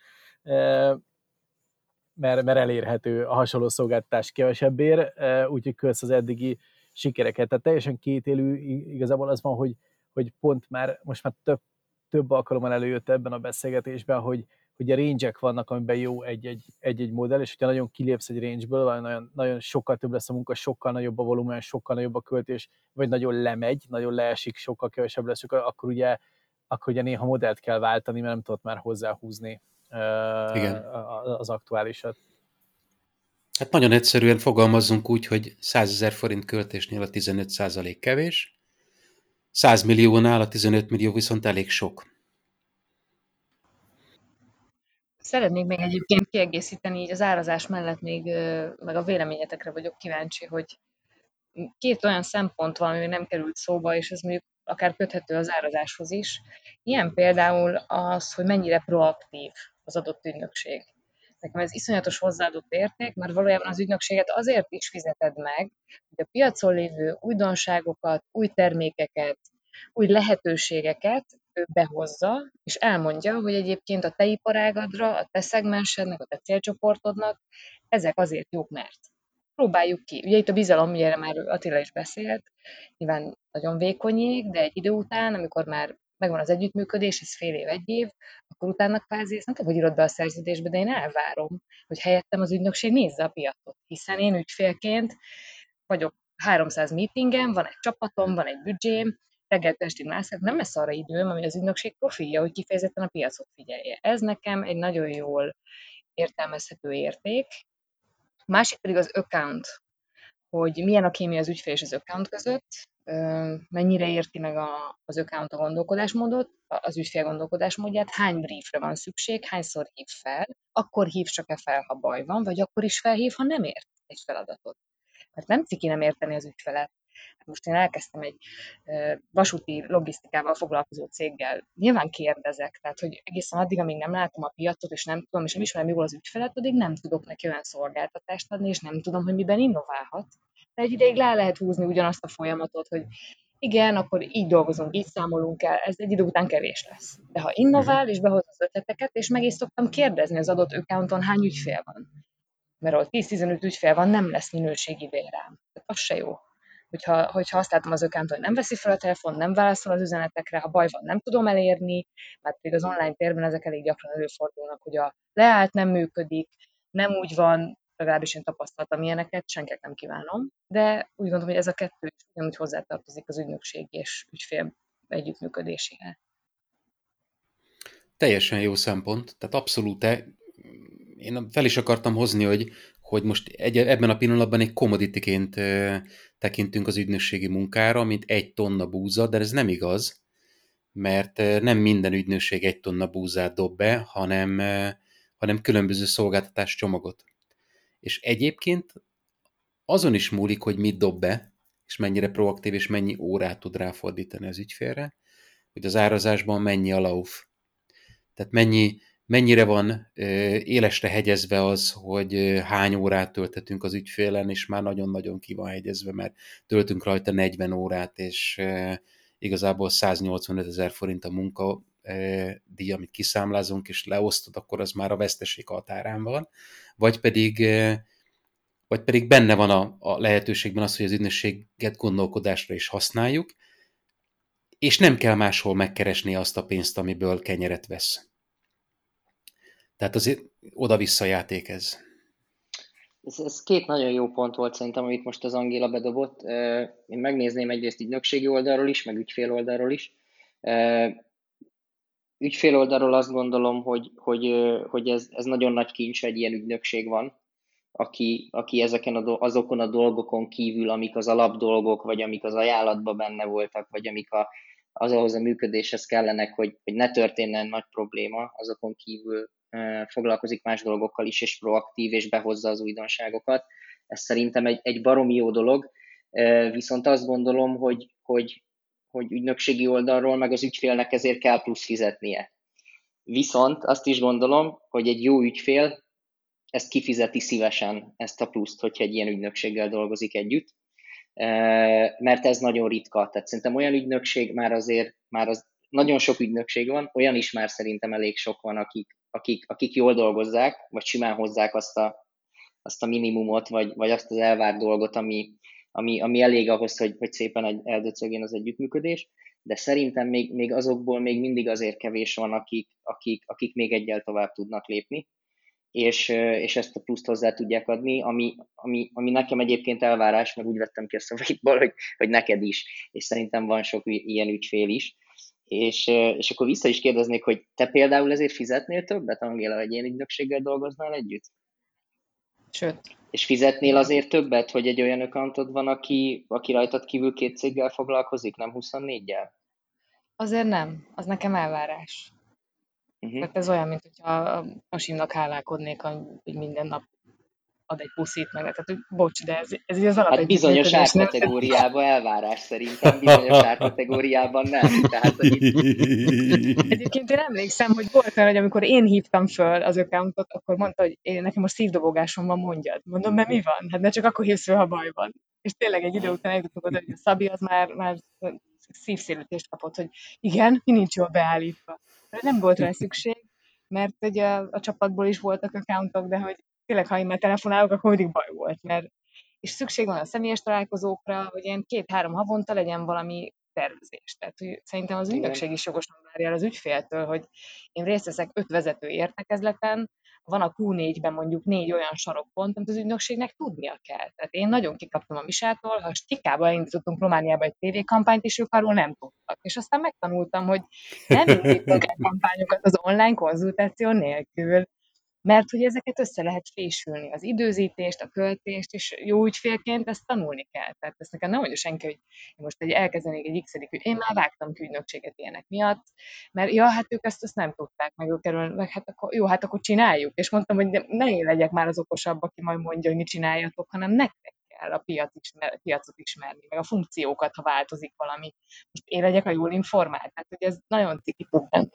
Speaker 5: mert elérhető a hasonló szolgáltatás kevesebbért, úgyhogy kösz az eddigi sikereket. Tehát teljesen kétélű, igazából az van, hogy pont most már több alkalommal előjött ebben a beszélgetésben, hogy hogy a range-ek vannak, amiben jó egy modell, és hogyha nagyon kilépsz egy range-ből, vagy nagyon, nagyon sokkal több lesz a munka, sokkal nagyobb a volumen, sokkal nagyobb a költés, vagy nagyon lemegy, nagyon leesik, sokkal kevesebb lesz, akkor ugye néha modellt kell váltani, mert nem tudod már hozzáhúzni
Speaker 3: Igen.
Speaker 5: az aktuálisat.
Speaker 3: Hát nagyon egyszerűen fogalmazzunk úgy, hogy 100 000 forint költésnél a 15% kevés, 100 milliónál a 15 millió viszont elég sok.
Speaker 2: Szeretnék még egyébként kiegészíteni így az árazás mellett még, meg a véleményetekre vagyok kíváncsi, hogy két olyan szempont van, ami nem került szóba, és ez mondjuk akár köthető az árazáshoz is. Ilyen például az, hogy mennyire proaktív az adott ügynökség. Nekem ez iszonyatos hozzáadott érték, mert valójában az ügynökséget azért is fizeted meg, hogy a piacon lévő újdonságokat, új termékeket, új lehetőségeket ő behozza, és elmondja, hogy egyébként a te iparágadra, a te szegmensednek, a te célcsoportodnak ezek azért jók, mert próbáljuk ki. Ugye itt a bizalom, ugye erre már Attila is beszélt, nyilván nagyon vékonyék, de egy idő után, amikor már megvan az együttműködés, ez fél év, egy év, akkor utána kvázi ezt nem tudom, hogy írod be a szerződésbe, de én elvárom, hogy helyettem az ügynökség nézze a piacot, hiszen én ügyfélként vagyok 300 meetingen, van egy csapatom, van egy büdzsém, reggeltől estig mászok, nem lesz arra időm, ami az ügynökség profilja, hogy kifejezetten a piacot figyelje. Ez nekem egy nagyon jól értelmezhető érték. A másik pedig az account, hogy milyen a kémia az ügyfél és az account között, mennyire érti meg az account a gondolkodásmódot, az ügyfél gondolkodásmódját, hány briefre van szükség, hányszor hív fel, akkor hív csak-e fel, ha baj van, vagy akkor is felhív, ha nem ért egy feladatot. Mert nem ciki nem érteni az ügyfelet. Most én elkezdtem egy vasúti logisztikával foglalkozó céggel. Nyilván kérdezek, tehát hogy egészen addig, amíg nem látom a piacot, és nem tudom, és nem ismerem jól az ügyfelet, addig nem tudok neki olyan szolgáltatást adni, és nem tudom, hogy miben innoválhat. De egy ideig le lehet húzni ugyanazt a folyamatot, hogy igen, akkor így dolgozunk, így számolunk el, ez egy idő után kevés lesz. De ha innovál, és behoz az ötleteket, és meg is szoktam kérdezni az adott accounton, hány ügyfél van. Mert ahol 10-15 ügyfél van, nem lesz minőségi vérám. Az se jó. Hogyha azt látom az ökántól, hogy nem veszi fel a telefon, nem válaszol az üzenetekre, ha baj van, nem tudom elérni, mert pedig az online térben ezek elég gyakran előfordulnak, hogy a leállt nem működik, nem úgy van, legalábbis én tapasztaltam ilyeneket, senkinek nem kívánom, de úgy gondolom, hogy ez a kettő is ugyanúgy hozzátartozik az ügynökség és ügyfél együttműködéséhez.
Speaker 3: Teljesen jó szempont, tehát abszolút én fel is akartam hozni, hogy most ebben a pillanatban egy commodity-ként tekintünk az ügynökségi munkára, mint 1 tonna búza, de ez nem igaz, mert nem minden ügynökség 1 tonna búzát dob be, hanem különböző szolgáltatás csomagot. És egyébként azon is múlik, hogy mit dob be, és mennyire proaktív, és mennyi órát tud ráfordítani az ügyfélre, hogy az árazásban mennyi a lauf. Tehát mennyire van élesre hegyezve az, hogy hány órát töltetünk az ügyfélen, és már nagyon-nagyon ki van hegyezve, mert töltünk rajta 40 órát, és igazából 185 000 forint a munkadíj, amit kiszámlázunk, és leosztod, akkor az már a veszteség határán van. Vagy pedig benne van a lehetőségben az, hogy az ügynökséget gondolkodásra is használjuk, és nem kell máshol megkeresni azt a pénzt, amiből kenyeret vesz. Tehát azért oda-vissza játék ez.
Speaker 4: Ez 2 nagyon jó pont volt szerintem, amit most az Angéla bedobott. Én megnézném egyrészt ügynökségi oldalról is, meg ügyfél oldalról is. Ügyfél oldalról azt gondolom, hogy ez nagyon nagy kincs, egy ilyen ügynökség van, aki azokon a dolgokon kívül, amik az alapdolgok, vagy amik az ajánlatban benne voltak, vagy amik ahhoz a működéshez kellenek, hogy ne történjen nagy probléma, azokon kívül foglalkozik más dolgokkal is, és proaktív, és behozza az újdonságokat. Ez szerintem egy baromi jó dolog, viszont azt gondolom, hogy ügynökségi oldalról meg az ügyfélnek ezért kell plusz fizetnie. Viszont azt is gondolom, hogy egy jó ügyfél ezt kifizeti szívesen, ezt a pluszt, hogyha egy ilyen ügynökséggel dolgozik együtt, mert ez nagyon ritka. Tehát szerintem olyan ügynökség nagyon sok ügynökség van, olyan is már szerintem elég sok van, akik jól dolgozzák, vagy simán hozzák azt a minimumot, vagy azt az elvárt dolgot, ami elég ahhoz, hogy szépen eldöcögjen az együttműködés. de szerintem még azokból még mindig azért kevés van, akik még egyel tovább tudnak lépni, és ezt a pluszt hozzá tudják adni, ami nekem egyébként elvárás, meg úgy vettem ki a szavaidból, hogy neked is, és szerintem van sok ilyen ügyfél is. És akkor vissza is kérdeznék, hogy te például ezért fizetnél többet, Angéla, egy ilyen ügynökséggel dolgoznál együtt?
Speaker 2: Sőt,
Speaker 4: És fizetnél azért többet, hogy egy olyan accountod van, aki rajtad kívül 2 céggel foglalkozik, nem 24-jel?
Speaker 2: azért nem, az nekem elvárás. Tehát ez olyan, mint hogyha a pasimnak hálálkodnék, hogy minden nap ad egy puszit meg. Tehát, hogy bocs, de ez így az
Speaker 4: Hát
Speaker 2: alapvető
Speaker 4: bizonyos
Speaker 2: működés, nem?
Speaker 4: árkategóriában elvárás szerintem, bizonyos árkategóriában nem. Tehát, hogy
Speaker 2: Egyébként én emlékszem, hogy volt olyan, hogy amikor én hívtam föl az accountot, akkor mondta, hogy nekem most szívdobogásom van, mondjad. Mondom, mert mi van? Hát ne csak akkor hívsz föl, ha baj van. És tényleg egy idő után eljutottunk oda, hogy a Szabi az már szívszélítést kapott, hogy igen, mi nincs jól beállítva. De nem volt rá szükség, mert ugye a csapatból is voltak accountok, de hogy tényleg, ha én már telefonálok, akkor mindig baj volt, mert és szükség van a személyes találkozókra, hogy ilyen 2-3 havonta legyen valami tervezés. Tehát hogy szerintem az ügynökség is jogosan várja el az ügyféltől, hogy én részt veszek 5 vezető értekezleten, van a Q4-ben mondjuk 4 olyan sarokpont, amit az ügynökségnek tudnia kell. Tehát én nagyon kikaptam a Misától, ha Stikába elindítottunk Romániába egy tévékampányt, és ők arról nem tudtak. És aztán megtanultam, hogy nem indítunk el kampányokat az online konzultáció nélkül, mert hogy ezeket össze lehet fésülni, az időzítést, a költést, és jó ügyfélként ezt tanulni kell. Tehát ezt nekem nem mondja senki, hogy én most elkezdenék egy x hogy én már vágtam ki ügynökséget ilyenek miatt, mert ja, hát ők ezt nem tudták, meg ők erről, meg hát akkor, jó, hát akkor csináljuk. És mondtam, hogy ne én legyek már az okosabb, aki majd mondja, hogy mit csináljatok, hanem nektek kell a piacot ismerni, meg a funkciókat, ha változik valami. Most én legyek a jól informált. Tehát, hogy ez nagyon ciki tud lenni.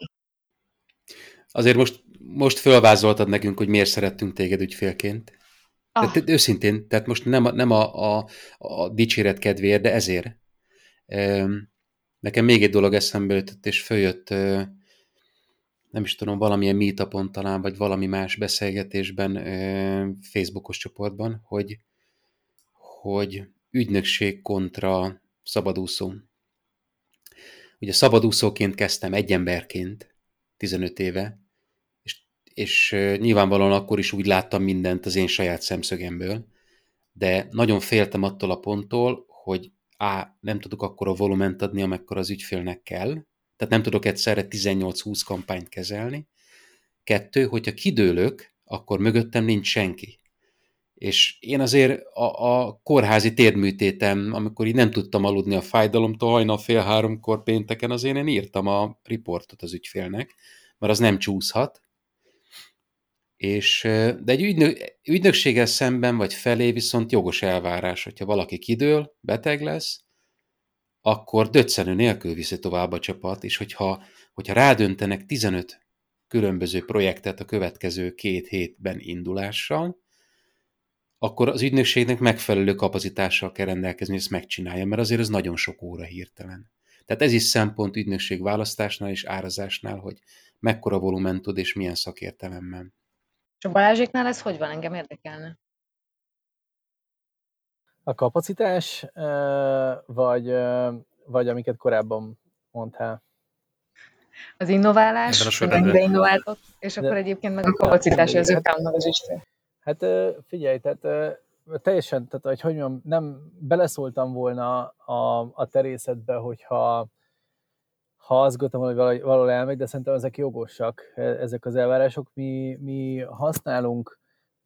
Speaker 3: Azért most fölvázoltad nekünk, hogy miért szerettünk téged ügyfélként. Tehát őszintén, tehát most nem a dicséret kedvéért, de ezért. Nekem még egy dolog eszembe jutott, és följött, nem is tudom, valamilyen meetupon talán, vagy valami más beszélgetésben, Facebookos csoportban, hogy ügynökség kontra szabadúszó. Ugye szabadúszóként kezdtem, egy emberként, 15 éve, és nyilvánvalóan akkor is úgy láttam mindent az én saját szemszögemből, de nagyon féltem attól a ponttól, hogy nem tudok akkora volument adni, amekkora az ügyfélnek kell, tehát nem tudok egyszerre 18-20 kampányt kezelni. 2, hogyha kidőlök, akkor mögöttem nincs senki. És én azért a kórházi térdműtétem, amikor így nem tudtam aludni a fájdalomtól, hajnal 2:30 pénteken, azért én írtam a riportot az ügyfélnek, mert az nem csúszhat. De egy ügynökséggel szemben vagy felé viszont jogos elvárás, hogyha valaki kidől, beteg lesz, akkor döccenő nélkül viszi tovább a csapat, és hogyha rádöntenek 15 különböző projektet a következő 2 hétben indulással, akkor az ügynökségnek megfelelő kapacitással kell rendelkezni, hogy ezt megcsinálja, mert azért ez nagyon sok óra hirtelen. Tehát ez is szempont ügynökség választásnál és árazásnál, hogy mekkora volument tud és milyen szakértelemmel.
Speaker 2: És a Balázséknál ez hogy van? Engem érdekelne.
Speaker 5: A kapacitás, vagy amiket korábban mondtál?
Speaker 2: Az innoválás,
Speaker 1: Ebben a sorrendben.
Speaker 2: mennyire innováltok, és akkor egyébként meg a kapacitás, az accountnak az ügyfél.
Speaker 5: Hát figyelj, tehát teljesen, tehát hogy mondjam, nem beleszóltam volna a terészetbe, hogyha azt gondoltam, hogy valahol elmegy, de szerintem ezek jogosak, ezek az elvárások. Mi használunk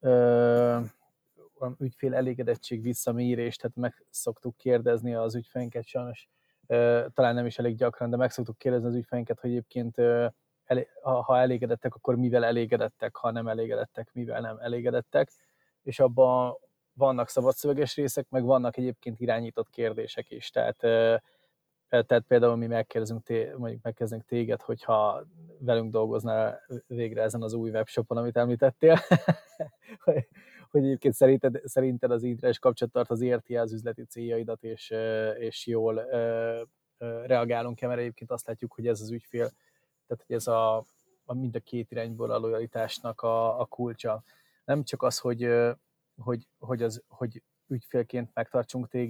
Speaker 5: ügyfél elégedettség visszamérést, tehát meg szoktuk kérdezni az ügyfélünket, sajnos talán nem is elég gyakran, de meg szoktuk kérdezni az ügyfélünket, hogy egyébként ha elégedettek, akkor mivel elégedettek, ha nem elégedettek, mivel nem elégedettek, és abban vannak szabadszöveges részek, meg vannak egyébként irányított kérdések is, tehát például mi megkezdünk téged, hogyha velünk dolgoznál végre ezen az új webshopon, amit említettél, hogy egyébként szerinted az internet kapcsolattart érti az üzleti céljaidat, és jól reagálunk-e, mert egyébként azt látjuk, hogy ez az ügyfél, tehát hogy ez mind a két irányból a lojalitásnak a kulcsa. Nem csak az, hogy ügyfélként megtartsunk téged,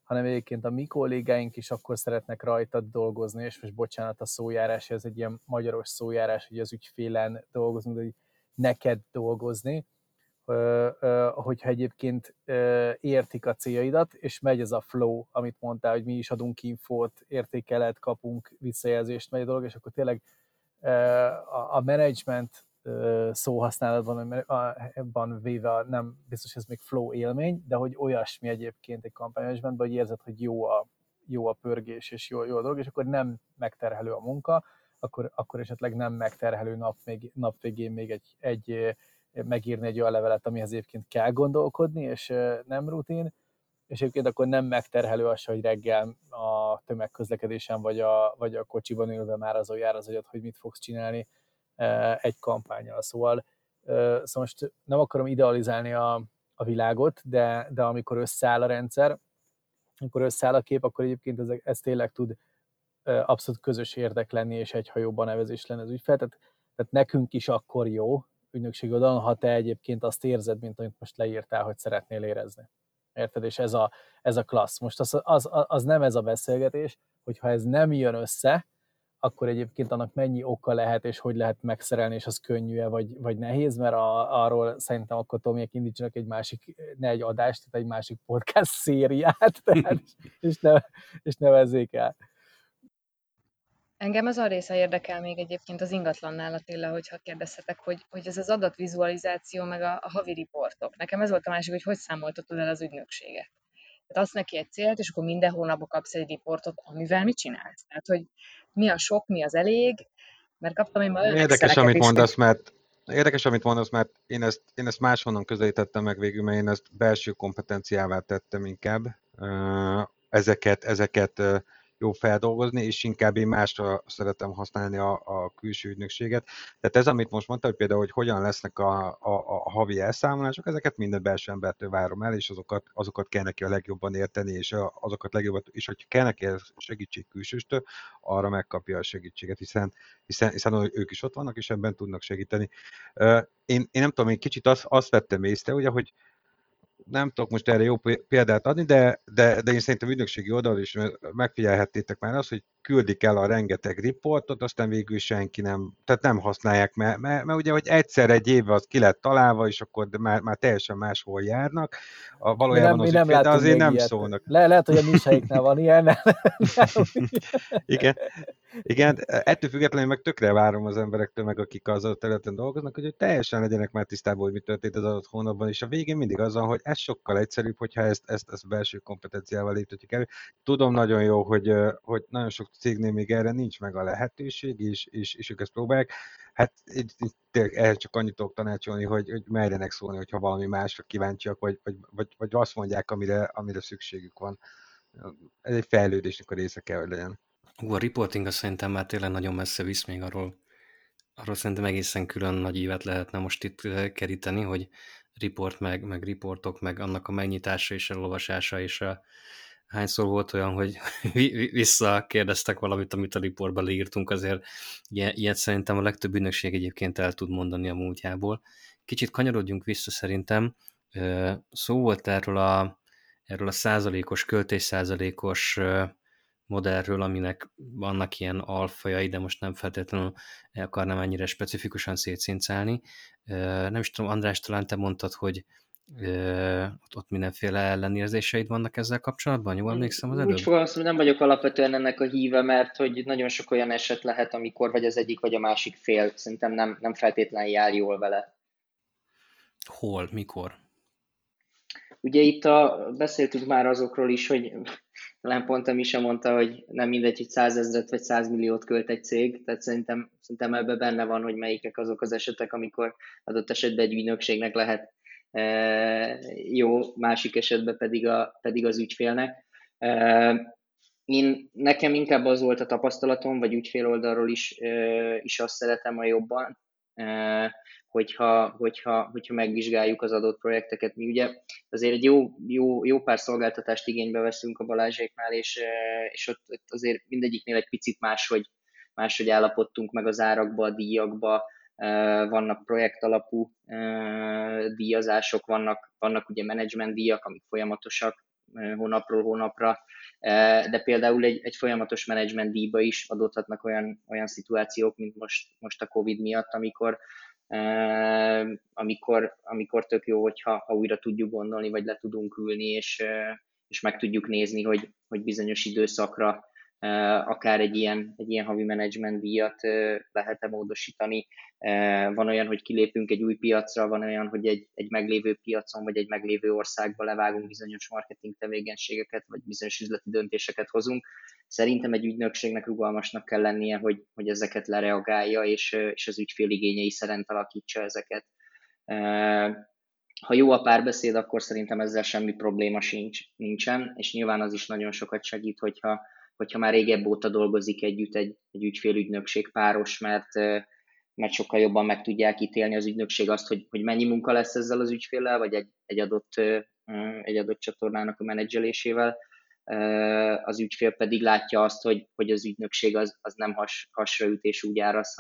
Speaker 5: hanem egyébként a mi kollégáink is akkor szeretnek rajtad dolgozni, és most bocsánat a szójárás, ez egy ilyen magyaros szójárás, hogy az ügyfélen dolgozunk, de hogy neked dolgozni, hogyha egyébként értik a céljaidat, és megy ez a flow, amit mondtál, hogy mi is adunk infót, értékelet, kapunk visszajelzést, megy a dolog, és akkor tényleg a management szóhasználatban véve nem biztos, ez még flow élmény, de hogy olyasmi egyébként egy kampánymenedzsmentben, hogy érzed, hogy jó a pörgés és jó a dolog, és akkor nem megterhelő a munka, akkor esetleg nem megterhelő nap végén még egy megírni egy olyan levelet, amihez egyébként kell gondolkodni, és nem rutin, és egyébként akkor nem megterhelő az, hogy reggel a tömegközlekedésen vagy a kocsiban ülve már azon jár az agyad, hogy mit fogsz csinálni egy kampánnyal. Szóval most nem akarom idealizálni a világot, de amikor összeáll a rendszer, amikor összeáll a kép, akkor egyébként ez tényleg tud abszolút közös érdek lenni, és egy hajóban nevezés lenne az ügyfél. Tehát nekünk is akkor jó ügynökség oldalon, ha te egyébként azt érzed, mint amit most leírtál, hogy szeretnél érezni. Érted? És ez a klassz. Most az nem ez a beszélgetés, hogyha ez nem jön össze, akkor egyébként annak mennyi oka lehet, és hogy lehet megszerelni, és az könnyű-e, vagy nehéz, mert arról szerintem akkor Tomiék indítsanak egy adást, tehát egy másik podcast szériát, tehát, és nevezzék el.
Speaker 2: Engem az a része érdekel még egyébként az ingatlannál, Attila, hogyha kérdezhetek, hogy ez az adatvizualizáció, meg a havi riportok. Nekem ez volt a másik, hogy számoltatod el az ügynökséget. Tehát azt neki egy célt, és akkor minden hónapban kapsz egy riportot, amivel mit csinálsz. Tehát, hogy mi a sok, mi az elég, mert kaptam én már olyan
Speaker 6: Érdekes, amit mondasz, mert én ezt máshonnan közelítettem meg végül, mert én ezt belső kompetenciává tettem inkább. Ezeket jó feldolgozni, és inkább én másra szeretem használni a külső ügynökséget. Tehát ez, amit most mondta, hogy például, hogy hogyan lesznek a havi elszámolások, ezeket minden belső embertől várom el, és azokat kell neki a legjobban érteni, és azokat legjobban, és hogyha kell neki segítség külsőstől, arra megkapja a segítséget, hiszen ők is ott vannak, és ebben tudnak segíteni. Én nem tudom, én kicsit azt vettem észre, ugye, hogy nem tudok most erre jó példát adni, de én szerintem ügynökségi oldalon is megfigyelhettétek már azt, hogy küldik el a rengeteg riportot, aztán végül senki nem használják, mert ugye, hogy egyszer egy évvel az ki lett találva, és akkor már teljesen máshol járnak. Valójában
Speaker 5: mi nem
Speaker 6: de azért nem
Speaker 5: ilyet.
Speaker 6: szólnak.
Speaker 5: Lehet, hogy a miseiknál van ilyen.
Speaker 6: Igen, ettől függetlenül meg tökre várom az emberektől, meg akik az adott területen dolgoznak, hogy teljesen legyenek már tisztában, hogy mi történt az adott hónapban, és a végén mindig az van, hogy ez sokkal egyszerűbb, hogyha ezt belső kompetenciával léptetjük elő. Tudom nagyon jó, hogy nagyon sok cégnél még erre nincs meg a lehetőség, és ők ezt próbálják. Hát ehhez csak annyit tudok tanácsolni, hogy merjenek szólni, hogyha valami másra kíváncsiak, vagy azt mondják, amire szükségük van. Ez egy fejlődésnek a része kell, hogy legyen.
Speaker 1: A reporting azt szerintem már tényleg nagyon messze visz, még arról szerintem egészen külön nagy évet lehetne most itt keríteni, hogy report meg riportok, meg annak a megnyitása és elolvasása, és hányszor volt olyan, hogy visszakérdeztek valamit, amit a reportban leírtunk, azért ilyet szerintem a legtöbb ügynökség egyébként el tud mondani a múltjából. Kicsit kanyarodjunk vissza szerintem. Szó volt erről a százalékos, költésszázalékos modellről, aminek vannak ilyen alfajai, de most nem feltétlenül akarnám ennyire specifikusan szétszincálni. Nem is tudom, András, talán te mondtad, hogy ott mindenféle ellenérzéseid vannak ezzel kapcsolatban? Jól emlékszem az előbb?
Speaker 4: Úgy fogalmazom, hogy nem vagyok alapvetően ennek a híve, mert hogy nagyon sok olyan eset lehet, amikor vagy az egyik, vagy a másik fél szerintem nem feltétlenül jár jól vele.
Speaker 1: Hol? Mikor?
Speaker 4: Ugye itt beszéltünk már azokról is, hogy talán pont a Misa mondta, hogy nem mindegy, hogy 100 000 vagy 100 milliót költ egy cég, tehát szerintem ebben benne van, hogy melyikek azok az esetek, amikor adott esetben egy ügynökségnek lehet jó, másik esetben pedig az ügyfélnek. Nekem inkább az volt a tapasztalatom, vagy ügyfél oldalról is azt szeretem a jobban, hogyha megvizsgáljuk az adott projekteket. Mi ugye azért egy jó pár szolgáltatást igénybe veszünk a Balázséknál, és ott azért mindegyiknél egy picit máshogy állapodtunk meg az árakba, a díjakba, vannak projektalapú díjazások, vannak ugye menedzsment díjak, amik folyamatosak, hónapról hónapra, de például egy folyamatos menedzsment díjba is adódhatnak olyan szituációk, mint most a Covid miatt, amikor tök jó, hogyha újra tudjuk gondolni, vagy le tudunk ülni, és meg tudjuk nézni, hogy bizonyos időszakra akár egy ilyen havi menedzsment díjat lehet-e módosítani. Van olyan, hogy kilépünk egy új piacra, van olyan, hogy egy meglévő piacon, vagy egy meglévő országba levágunk bizonyos marketing tevékenységeket, vagy bizonyos üzleti döntéseket hozunk. Szerintem egy ügynökségnek rugalmasnak kell lennie, hogy ezeket lereagálja, és az ügyfél igényei szerint alakítsa ezeket. Ha jó a párbeszéd, akkor szerintem ezzel semmi probléma nincsen, és nyilván az is nagyon sokat segít, hogyha már régebb óta dolgozik együtt egy ügyfélügynökség páros, mert sokkal jobban meg tudják ítélni az ügynökség azt, hogy mennyi munka lesz ezzel az ügyféllel, vagy egy adott csatornának a menedzselésével. Az ügyfél pedig látja azt, hogy az ügynökség az nem hasraütés úgy árasz,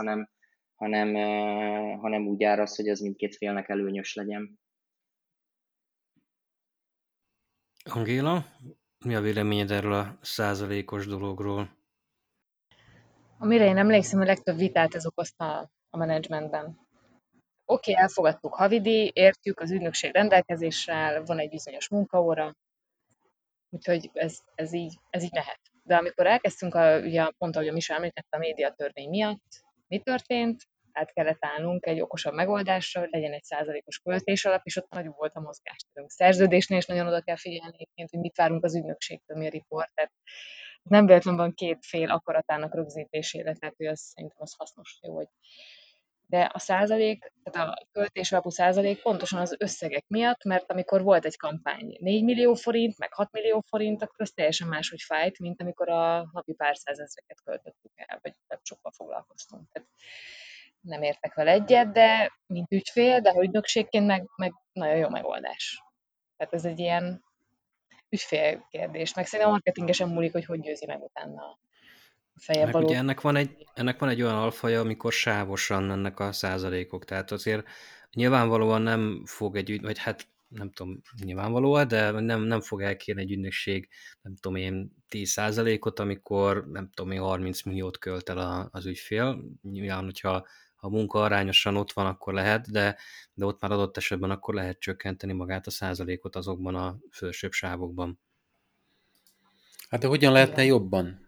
Speaker 4: hanem úgy árasz, hogy az mindkét félnek előnyös legyen.
Speaker 1: Angéla, mi a véleményed erről a százalékos dologról?
Speaker 2: Amire én emlékszem, a legtöbb vitát ez okozta a menedzsmentben. Oké, elfogadtuk havidíj, értjük, az ügynökség rendelkezéssel, van egy bizonyos munkaóra, úgyhogy ez így mehet. De amikor elkezdtünk, ugye pont ahogy a Misa említette, a médiatörvény miatt, mi történt? Át kellett állnunk egy okosabb megoldásra, hogy legyen egy százalékos költés alap, és ott nagyobb volt a mozgásterünk. Szerződésnél is nagyon oda kell figyelni, hogy mit várunk az ügynökségtől, mi a report. Tehát nem véletlenül van két fél akaratának rögzítésére, tehát hogy szerintem az hasznos, jó, hogy de a százalék, tehát a költés alapú százalék pontosan az összegek miatt, mert amikor volt egy kampány 4 millió forint, meg 6 millió forint, akkor az teljesen máshogy fájt, mint amikor a napi pár százezreket költöttük el, vagy sokkal foglalkoztunk. Tehát nem értek vele egyet, de mint ügyfél, de ha ügynökségként meg nagyon jó megoldás. Tehát ez egy ilyen ügyfél kérdés. Meg szerintem a marketingesen múlik, hogy győzi meg utána a feje való.
Speaker 1: Ugye ennek van egy olyan alfaja, amikor sávosan mennek a százalékok, tehát azért nyilvánvalóan nem fog vagy hát nem tudom, nyilvánvalóan, de nem fog elkérni egy ügynökség, nem tudom én, 10%-ot, amikor nem tudom én, 30 milliót költ el az ügyfél. Nyilván, hogyha a munka arányosan ott van, akkor lehet, de ott már adott esetben akkor lehet csökkenteni magát a százalékot azokban a felsőbb sávokban.
Speaker 3: Hát de hogyan lehetne jobban?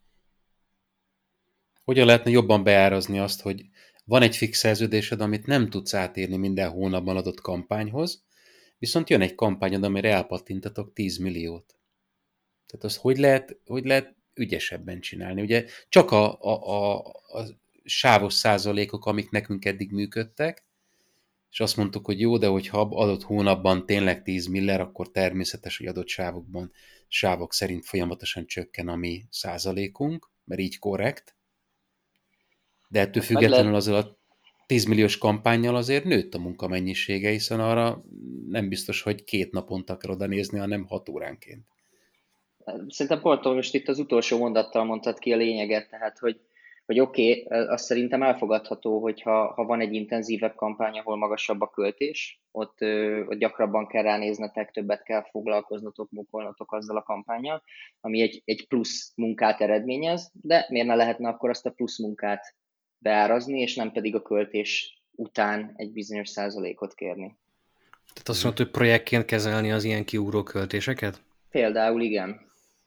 Speaker 3: Hogyan lehetne jobban beárazni azt, hogy van egy fix szerződésed, amit nem tudsz átírni minden hónapban adott kampányhoz, viszont jön egy kampányod, amire elpattintatok 10 milliót. Tehát azt hogy lehet ügyesebben csinálni? Ugye csak a sávos százalékok, amik nekünk eddig működtek, és azt mondtuk, hogy jó, de hogyha adott hónapban tényleg 10 miller, akkor természetes, hogy adott sávok szerint folyamatosan csökken a mi százalékunk, mert így korrekt. De ettől függetlenül azzal a 10 milliós kampánnyal azért nőtt a munkamennyisége, hiszen arra nem biztos, hogy 2 naponta kell oda nézni, hanem 6 óránként.
Speaker 4: Szerintem pont most itt az utolsó mondattal mondtad ki a lényeget, tehát hogy oké, azt szerintem elfogadható, hogyha van egy intenzívebb kampány, ahol magasabb a költés, ott gyakrabban kell ránéznetek, többet kell foglalkoznotok, munkolnotok azzal a kampánnyal, ami egy plusz munkát eredményez, de miért ne lehetne akkor azt a plusz munkát beárazni, és nem pedig a költés után egy bizonyos százalékot kérni.
Speaker 1: Tehát azt mondod, hogy projektként kezelni az ilyen kiugró költéseket?
Speaker 4: Például igen.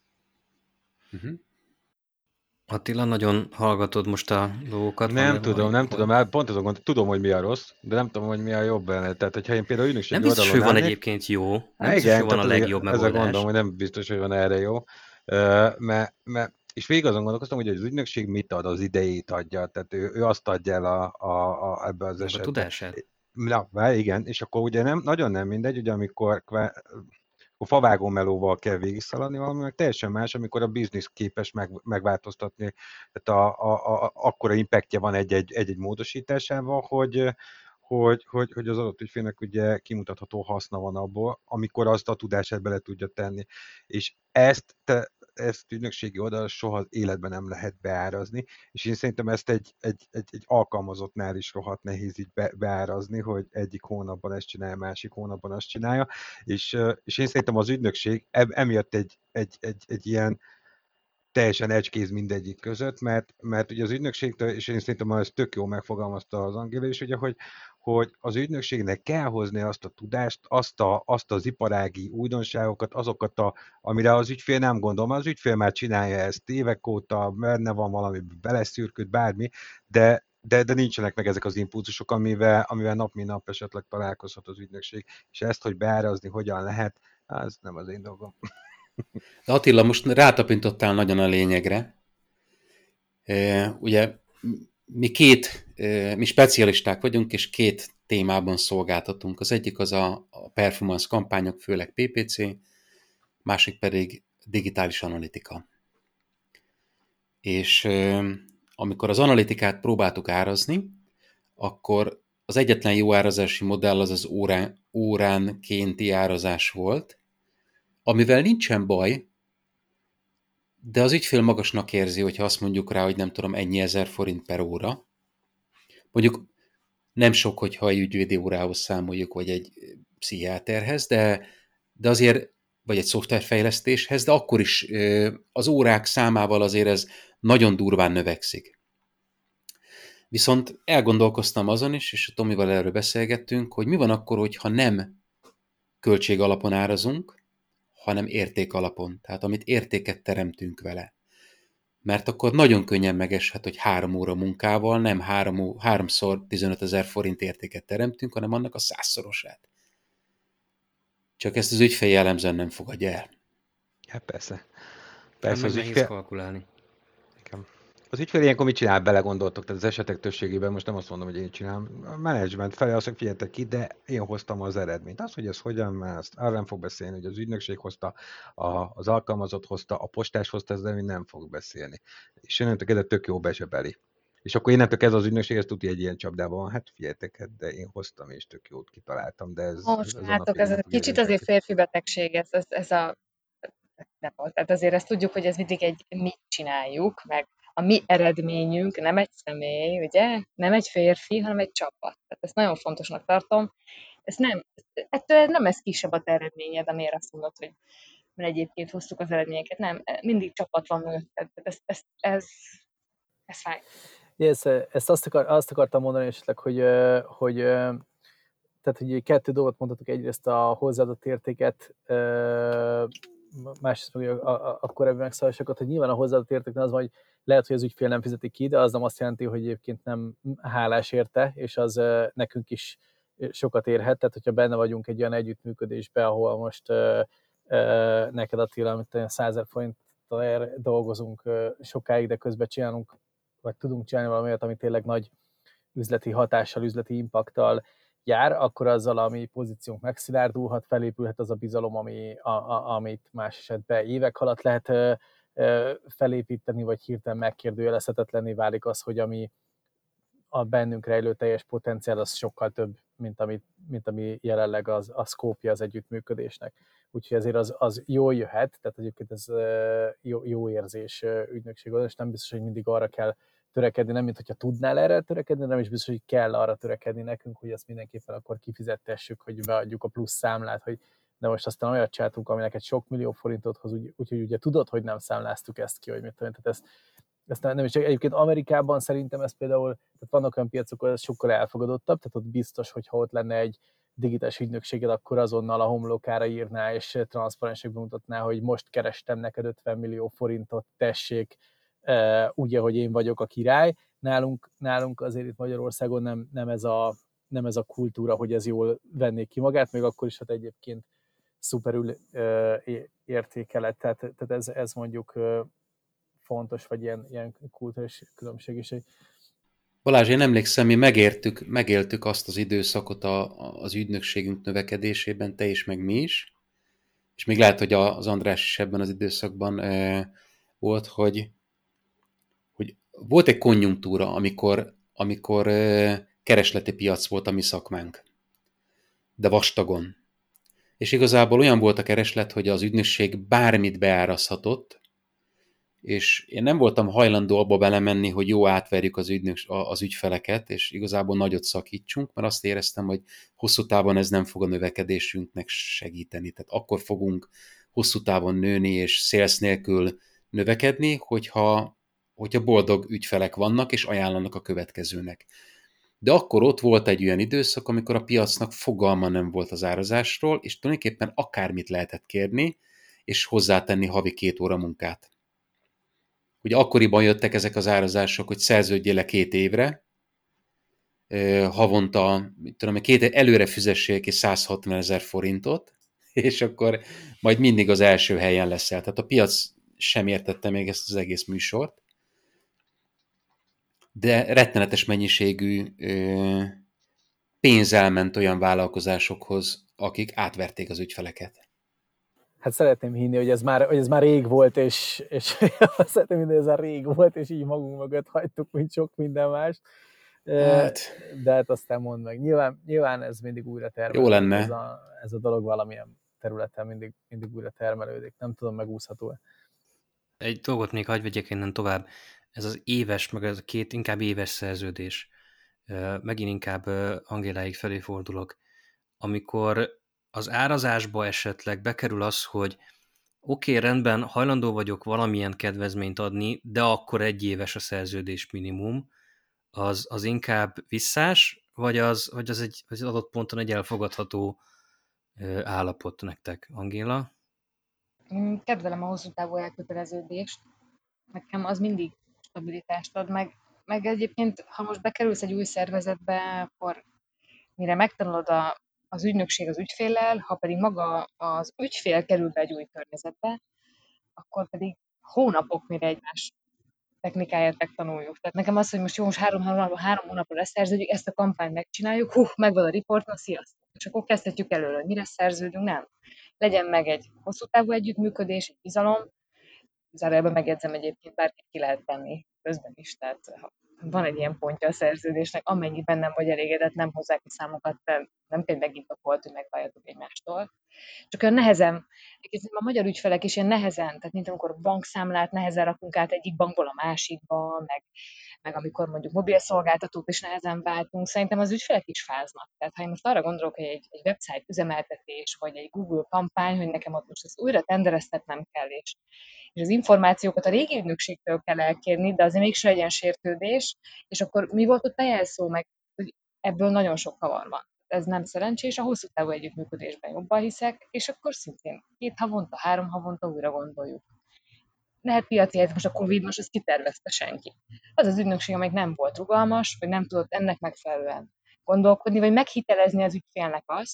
Speaker 1: Attila, nagyon hallgatod most a dolgokat.
Speaker 6: Nem tudom, pont azon gondolom, tudom, hogy mi a rossz, de nem tudom, hogy mi a jobb benne. Tehát, hogyha én például ügynökségi
Speaker 1: nem biztos, hogy van
Speaker 6: állnék,
Speaker 1: egyébként jó. Nem
Speaker 6: igen,
Speaker 1: biztos, hogy van a
Speaker 6: tehát
Speaker 1: legjobb megoldás.
Speaker 6: Ezzel gondolom, hogy nem biztos, hogy van erre jó. És végig azon gondolkoztam, hogy az ügynökség mit ad, az idejét adja. Tehát ő azt adja el ebbe az esetben.
Speaker 1: A tudását.
Speaker 6: Na, igen, és akkor ugye nagyon nem mindegy, ugye amikor favágó melóval kell végigszaladni valami, meg teljesen más, amikor a biznisz képes megváltoztatni. Tehát akkora impactja van egy-egy módosításával, hogy az adott ügyfélnek ugye kimutatható haszna van abból, amikor azt a tudását bele tudja tenni. És ezt ügynökségi oldal soha az életben nem lehet beárazni, és én szerintem ezt egy alkalmazottnál is rohadt nehéz így beárazni, hogy egyik hónapban ezt csinálja, másik hónapban azt csinálja, és én szerintem az ügynökség emiatt egy ilyen teljesen egykéz mindegyik között, mert ugye az ügynökségtől, és én szerintem ez tök jól megfogalmazta az Angéla is, ugye, hogy az ügynökségnek kell hozni azt a tudást, azt az iparági újdonságokat, amire az ügyfél nem gondol, mert az ügyfél már csinálja ezt évek óta, benne van valami beleszürkült, bármi, de nincsenek meg ezek az impulzusok, amivel nap mint nap esetleg találkozhat az ügynökség, és ezt, hogy beárazni hogyan lehet, az nem az én dolgom.
Speaker 3: De Attila, most rátapintottál nagyon a lényegre. Ugye mi specialisták vagyunk, és két témában szolgáltatunk. Az egyik az a performance kampányok, főleg PPC, másik pedig digitális analitika. És amikor az analitikát próbáltuk árazni, akkor az egyetlen jó árazási modell az óránkénti árazás volt, amivel nincsen baj, de az ügyfél magasnak érzi, hogyha azt mondjuk rá, hogy nem tudom, ennyi ezer forint per óra. Mondjuk nem sok, hogyha egy ügyvédi órához számoljuk, vagy egy pszichiáterhez, de azért, vagy egy szoftverfejlesztéshez, de akkor is az órák számával azért ez nagyon durván növekszik. Viszont elgondolkoztam azon is, és a Tomival erről beszélgettünk, hogy mi van akkor, hogyha nem költség alapon árazunk, hanem érték alapon, tehát amit értéket teremtünk vele. Mert akkor nagyon könnyen megeshet, hogy 3 óra munkával nem 3-szor 15 000 forint értéket teremtünk, hanem annak a 100-szorosát. Csak ezt az ügyfél jellemzően nem fogadja el.
Speaker 6: Hát persze.
Speaker 1: Persze az ügyfél... kalkulálni.
Speaker 6: Az ügyfél ilyenkor mit csinál, belegondoltok, tehát az esetek többségében, most nem azt mondom, hogy én csinálom, a menedzsment felé azt, hogy figyeljetek ki, de én hoztam az eredményt. Az, hogy ez hogyan, már azt arra nem fog beszélni, hogy az ügynökség hozta, az alkalmazott hozta, a postás hozta, ezzel nem fog beszélni. És innentől kezdve tök jó bezsebeli. És akkor innentől kezdve az ügynökség, ez tudja egy ilyen csapdában van, hát figyeljetek, de én hoztam és tök jót kitaláltam, de ez...
Speaker 2: Most látok, ez egy kicsit azért férfi betegség, ez a... Nem, tehát azért ezt tudjuk, hogy ez mindig egy mi csináljuk, meg a mi eredményünk nem egy személy, ugye? Nem egy férfi, hanem egy csapat. Tehát ezt nagyon fontosnak tartom. Ettől nem ez kisebb a te eredményed, amiért azt mondod, hogy mert egyébként hoztuk az eredményeket. Nem, mindig csapat van mögötted. Ez fáj.
Speaker 5: Ezt azt akartam mondani esetleg, hogy tehát, hogy 2 dolgot mondhatok, egyrészt a hozzáadott értéket, másrészt meg a korábbi megszállásokat, hogy nyilván a hozzáadott érték az van, hogy lehet, hogy az ügyfél nem fizeti ki, de az nem azt jelenti, hogy egyébként nem hálás érte, és az nekünk is sokat érhet. Tehát, hogyha benne vagyunk egy olyan együttműködésbe, ahol most neked Attila, amit 100 000 forinttal dolgozunk sokáig, de közben csinálunk, vagy tudunk csinálni valamit, ami tényleg nagy üzleti hatással, üzleti impakttal jár, akkor azzal a mi pozíciónk megszilárdulhat, felépülhet az a bizalom, amit más esetben évek alatt lehet felépíteni, vagy hirtelen megkérdőjelezhetetlenné válik az, hogy ami a bennünk rejlő teljes potenciál, az sokkal több, mint ami jelenleg a szkópja az együttműködésnek. Úgyhogy ezért az jól jöhet, tehát egyébként ez jó érzés ügynökség, és nem biztos, hogy mindig arra kell törekedni, nem mint hogyha tudnál erre törekedni, nem is biztos, hogy kell arra törekedni nekünk, hogy ezt mindenképpen akkor kifizettessük, hogy beadjuk a plusz számlát, hogy de most aztán olyat csináltunk, ami neked sok millió forintot hoz, úgyhogy ugye tudod, hogy nem számláztuk ezt ki, hogy mit tudom, tehát ezt nem is csak egyébként Amerikában szerintem ez például, tehát vannak olyan piacok, ahol ez sokkal elfogadottabb, tehát ott biztos, hogyha ott lenne egy digitális ügynökséged, akkor azonnal a homlokára írná és transzparensekben mutatná, hogy most kerestem neked 50 millió forintot, tessék, úgy, ahogy én vagyok a király. Nálunk azért itt Magyarországon nem ez a kultúra, hogy ez jól venné ki magát, még akkor is, hát egyébként szuperül értékelet. Tehát ez mondjuk fontos, vagy ilyen kultúrás különbség is.
Speaker 3: Balázs, én emlékszem, mi megéltük azt az időszakot az ügynökségünk növekedésében, te is, meg mi is, és még lehet, hogy az András is ebben az időszakban volt, hogy volt egy konjunktúra, amikor keresleti piac volt a mi szakmánk. De vastagon. És igazából olyan volt a kereslet, hogy az ügynökség bármit beárazhatott, és én nem voltam hajlandó abba belemenni, hogy jó átverjük az ügyfeleket, és igazából nagyot szakítsunk, mert azt éreztem, hogy hosszú távon ez nem fog a növekedésünknek segíteni. Tehát akkor fogunk hosszú távon nőni és sales nélkül növekedni, hogyha boldog ügyfelek vannak és ajánlanak a következőnek. De akkor ott volt egy olyan időszak, amikor a piacnak fogalma nem volt az árazásról, és tulajdonképpen akármit lehetett kérni, és hozzátenni havi 2 óra munkát. Ugye akkoriban jöttek ezek az árazások, hogy szerződjél le 2 évre, havonta, előre fizessél ki 160 000 forintot, és akkor majd mindig az első helyen leszel. Tehát a piac sem értette még ezt az egész műsort, de rettenetes mennyiségű pénz elment olyan vállalkozásokhoz, akik átverték az ügyfeleket.
Speaker 7: Hát szeretném hinni, hogy ez már rég volt, és szeretném hinni, hogy ez már rég volt, és így magunk mögött hagytuk, mint sok minden más. De hát aztán mondd meg. Nyilván ez mindig újra termelődik.
Speaker 3: Jó lenne.
Speaker 7: Ez a dolog valamilyen területen mindig újra termelődik. Nem tudom, megúszható-e.
Speaker 1: Egy dolgot még hagyj vegyek innen tovább. Ez az éves, meg ez a 2 inkább éves szerződés. Megint inkább Angéláig felé fordulok. Amikor az árazásba esetleg bekerül az, hogy oké, rendben, hajlandó vagyok valamilyen kedvezményt adni, de akkor 1 éves a szerződés minimum, az inkább visszás, vagy az adott ponton egy elfogadható állapot nektek, Angéla?
Speaker 2: Én kedvelem a hosszú távú elköteleződést. Nekem az mindig stabilitást ad, meg egyébként, ha most bekerülsz egy új szervezetbe, akkor mire megtanulod az ügynökség az ügyféllel, ha pedig maga az ügyfél kerül be egy új környezetbe, akkor pedig hónapok, mire egymás technikáját megtanuljuk. Tehát nekem az, hogy most 3 hónapra leszerződjük, ezt a kampányt megcsináljuk, megvan a riport, na sziasztok. És akkor kezdhetjük előre, hogy mire szerződünk, nem. Legyen meg egy hosszú távú együttműködés, egy bizalom, zárójelben megjegyzem egyébként, bárkit ki lehet tenni közben is, tehát van egy ilyen pontja a szerződésnek, amennyiben nem vagy elégedett, nem hozzák ki számokat, nem kell megint a volt, hogy megváljatok egymástól. Csak olyan nehezen, a magyar ügyfelek is ilyen nehezen, tehát mint amikor bankszámlát nehezen rakunk át egyik bankból a másikba, meg amikor mondjuk mobilszolgáltatót is nehezen váltunk, szerintem az ügyfelek is fáznak. Tehát ha én most arra gondolok, hogy egy website üzemeltetés, vagy egy Google kampány, hogy nekem ott most ezt újra tendereztetnem kell, és az információkat a régi ügynökségtől kell elkérni, de azért mégse legyen sértődés, és akkor mi volt ott a jelszó, meg hogy ebből nagyon sok kavar van. Ez nem szerencsés, a hosszú távú együttműködésben jobban hiszek, és akkor szintén 2 havonta, 3 havonta újra gondoljuk. Lehet piaci helyzet, most a Covid, most ezt kitervezte senki. Az az ügynökség, amelyik nem volt rugalmas, vagy nem tudott ennek megfelelően gondolkodni, vagy meghitelezni az ügyfélnek azt,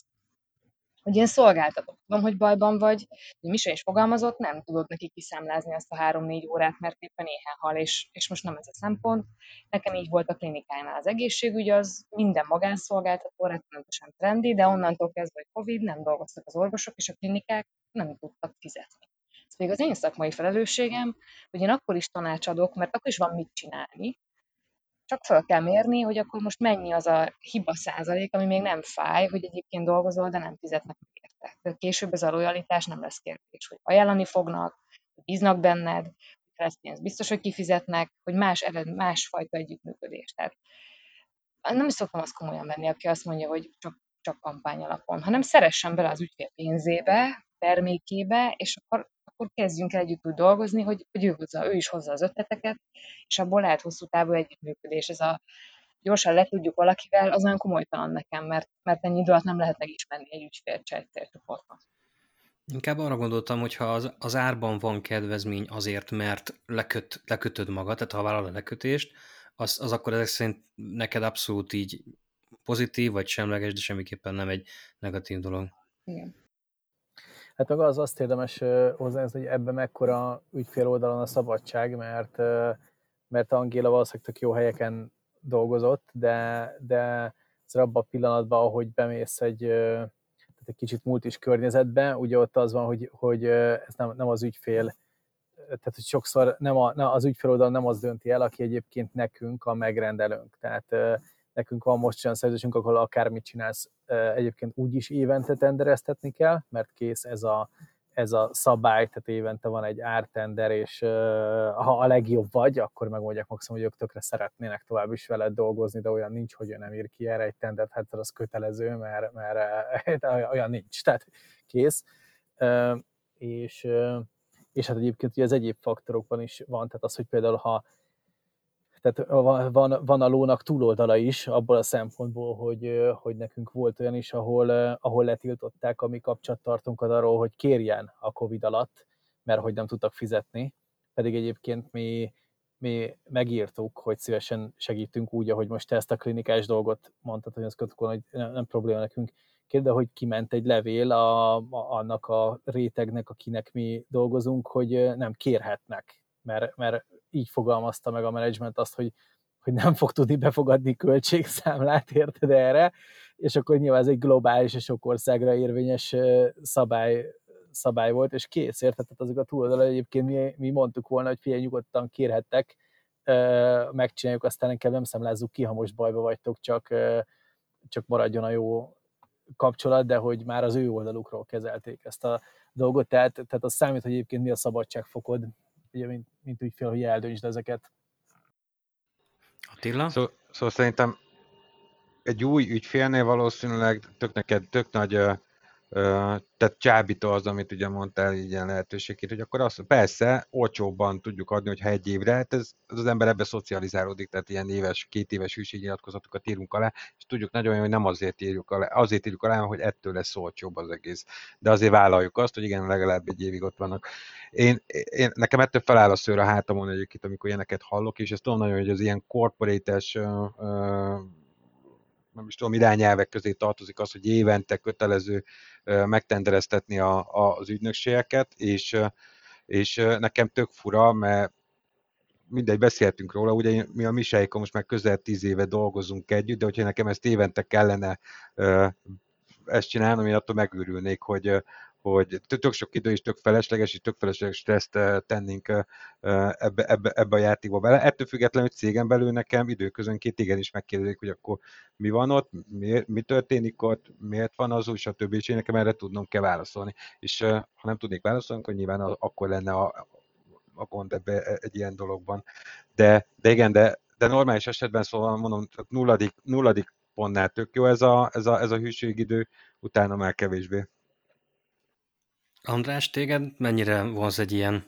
Speaker 2: hogy én szolgáltatok. Tudom, hogy bajban vagy, hogy Misa is fogalmazott, nem tudod neki kiszámlázni azt a 3-4 órát, mert éppen éhen hal, és most nem ez a szempont. Nekem így volt a klinikánál az egészségügy, az minden magánszolgáltató rettenetesen trendi, de onnantól kezdve, hogy Covid, nem dolgoztak az orvosok, és a klinikák nem tudtak fizetni. Ez pedig az én szakmai felelősségem, hogy én akkor is tanácsadok, mert akkor is van mit csinálni, csak fel kell mérni, hogy akkor most mennyi az a hiba százalék, ami még nem fáj, hogy egyébként dolgozol, de nem fizetnek meg érte. De később ez a lojalitás nem lesz kérdés, hogy ajánlani fognak, hogy bíznak benned, hogy lesz pénz biztos, hogy kifizetnek, hogy másfajta együttműködés. Tehát nem is szoktam azt komolyan venni, aki azt mondja, hogy csak kampány alapon, hanem szeressen bele az ügyfél pénzébe, termékébe, és akkor kezdjünk el együtt úgy dolgozni, hogy ő is hozza az ötleteket, és abból lehet hosszú távú együttműködés. Ez a gyorsan le tudjuk valakivel, az olyan komolytalan nekem, mert ennyi idő alatt nem lehet megismerni egy ügyfélt se egy célcsoportban.
Speaker 1: Inkább arra gondoltam, hogy ha az árban van kedvezmény azért, mert lekötöd magad, tehát ha vállalod a lekötést, az akkor ezek szerint neked abszolút így pozitív vagy semleges, de semmiképpen nem egy negatív dolog.
Speaker 2: Igen.
Speaker 7: Hát meg azt érdemes hozzánézni, hogy ebben mekkora ügyfél oldalon a szabadság, mert Angéla valószínűleg tök jó helyeken dolgozott, de abban a pillanatban, ahogy bemész egy kicsit multis környezetbe, ugye ott az van, hogy ez nem az ügyfél, tehát hogy sokszor az ügyfél oldalon nem az dönti el, aki egyébként nekünk a megrendelőnk. Tehát nekünk van most olyan szerződésünk, ahol akármit csinálsz, egyébként úgyis évente tendereztetni kell, mert kész ez a szabály, tehát évente van egy ártender, és ha a legjobb vagy, akkor megmondják maximum, hogy ők tökre szeretnének tovább is veled dolgozni, de olyan nincs, hogy ő nem ír ki erre egy tendert, hát az kötelező, mert olyan nincs, tehát kész. És hát egyébként ugye az egyéb faktorokban is van, tehát az, hogy például tehát van a lónak túloldala is, abból a szempontból, hogy nekünk volt olyan is, ahol letiltották a mi kapcsolattartunkat arról, hogy kérjen a Covid alatt, mert hogy nem tudtak fizetni, pedig egyébként mi megírtuk, hogy szívesen segítünk úgy, ahogy most te ezt a klinikás dolgot mondtad, hogy azt kötök, hogy nem probléma nekünk. Kérde, hogy kiment egy levél annak a rétegnek, akinek mi dolgozunk, hogy nem kérhetnek, mert így fogalmazta meg a menedzsment azt, hogy nem fog tudni befogadni költségszámlát, érted erre, és akkor nyilván ez egy globális és sok országra érvényes szabály volt, és kész, érted? Tehát azok a túloldal egyébként mi mondtuk volna, hogy figyelj, nyugodtan kérhettek, megcsináljuk, aztán inkább nem számlázzuk ki, ha most bajba vagytok, csak maradjon a jó kapcsolat, de hogy már az ő oldalukról kezelték ezt a dolgot, tehát az számít, hogy egyébként mi a szabadságfokod, ugye, mint ügyfél, hogy eldöntsd ezeket.
Speaker 1: Attila?
Speaker 6: Szóval szerintem egy új ügyfélnél valószínűleg tök nagy tehát csábító az, amit ugye mondtál, így ilyen lehetőségét, hogy akkor azt persze olcsóbban tudjuk adni, hogyha egy évre, hát ez az ember ebbe szocializálódik, tehát ilyen 2 éves hűségnyilatkozatokat írunk alá, és tudjuk nagyon jó, hogy nem azért írjuk alá, hogy ettől lesz olcsóbb az egész. De azért vállaljuk azt, hogy igen, legalább egy évig ott vannak. Nekem ettől feláll a szőr a hátamon egyébként, amikor ilyeneket hallok, és ezt tudom nagyon, hogy az ilyen corporate-es nem is tudom, irányelvek közé tartozik az, hogy évente kötelező megtendereztetni az ügynökségeket, és nekem tök fura, mert mindegy, beszéltünk róla, ugye mi a Misáékkal most már közel 10 éve dolgozunk együtt, de hogyha nekem ezt évente kellene ezt csinálnom, én attól megőrülnék, hogy tök sok idő és tök felesleges stresszt tennénk ebbe a játékba bele. Ettől függetlenül, hogy cégen belül nekem időközönként igenis megkérdezik, hogy akkor mi van ott, mi történik ott, miért van az úgy, stb. És én nekem erre tudnom kell válaszolni. És ha nem tudnék válaszolni, akkor nyilván akkor lenne a gond ebbe egy ilyen dologban. De igen, de normális esetben szóval mondom, nulladik pontnál tök jó ez a hűségidő, utána már kevésbé.
Speaker 1: András, téged mennyire vonz egy ilyen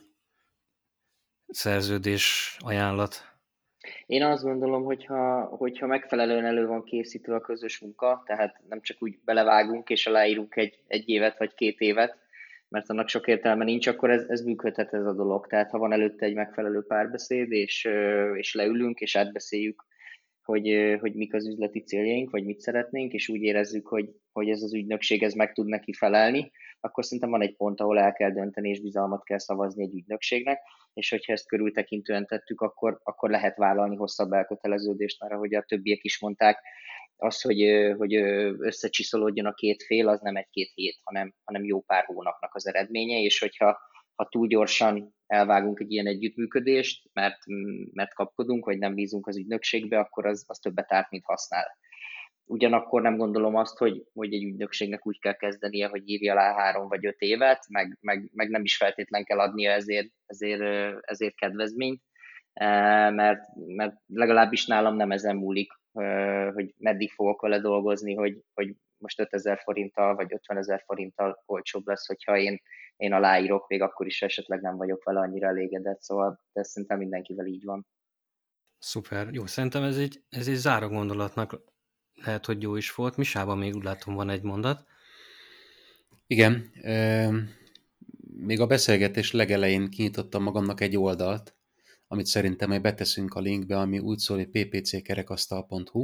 Speaker 1: szerződés ajánlat?
Speaker 4: Én azt gondolom, hogyha megfelelően elő van készítve a közös munka, tehát nem csak úgy belevágunk és aláírunk egy évet vagy 2 évet, mert annak sok értelme nincs, akkor ez működhet ez a dolog. Tehát ha van előtte egy megfelelő párbeszéd, és leülünk, és átbeszéljük, hogy mik az üzleti céljaink, vagy mit szeretnénk, és úgy érezzük, hogy ez az ügynökség ez meg tud neki felelni, akkor szerintem van egy pont, ahol el kell dönteni, és bizalmat kell szavazni egy ügynökségnek, és hogyha ezt körültekintően tettük, akkor lehet vállalni hosszabb elköteleződést, mert ahogy a többiek is mondták, az, hogy összecsiszolódjon a 2 fél, az nem 1-2 hét, hanem jó pár hónapnak az eredménye, és hogyha túl gyorsan elvágunk egy ilyen együttműködést, mert kapkodunk, vagy nem bízunk az ügynökségbe, akkor az többet árt, mint használ. Ugyanakkor nem gondolom azt, hogy egy ügynökségnek úgy kell kezdenie, hogy írja alá 3 vagy 5 évet, meg nem is feltétlen kell adnia ezért kedvezményt, mert legalábbis nálam nem ezen múlik, hogy meddig fogok vele dolgozni, hogy most 5000 forinttal vagy 50 000 forinttal olcsóbb lesz, hogyha én aláírok, még akkor is esetleg nem vagyok vele annyira elégedett, szóval de szerintem mindenkivel így van.
Speaker 1: Szuper, jó, szerintem ez egy záró gondolatnak lehet, hogy jó is volt. Misában még úgy látom van egy mondat.
Speaker 3: Igen, még a beszélgetés legelején kinyitottam magamnak egy oldalt, amit szerintem majd beteszünk a linkbe, ami úgy szól, hogy ppckerekasztal.hu,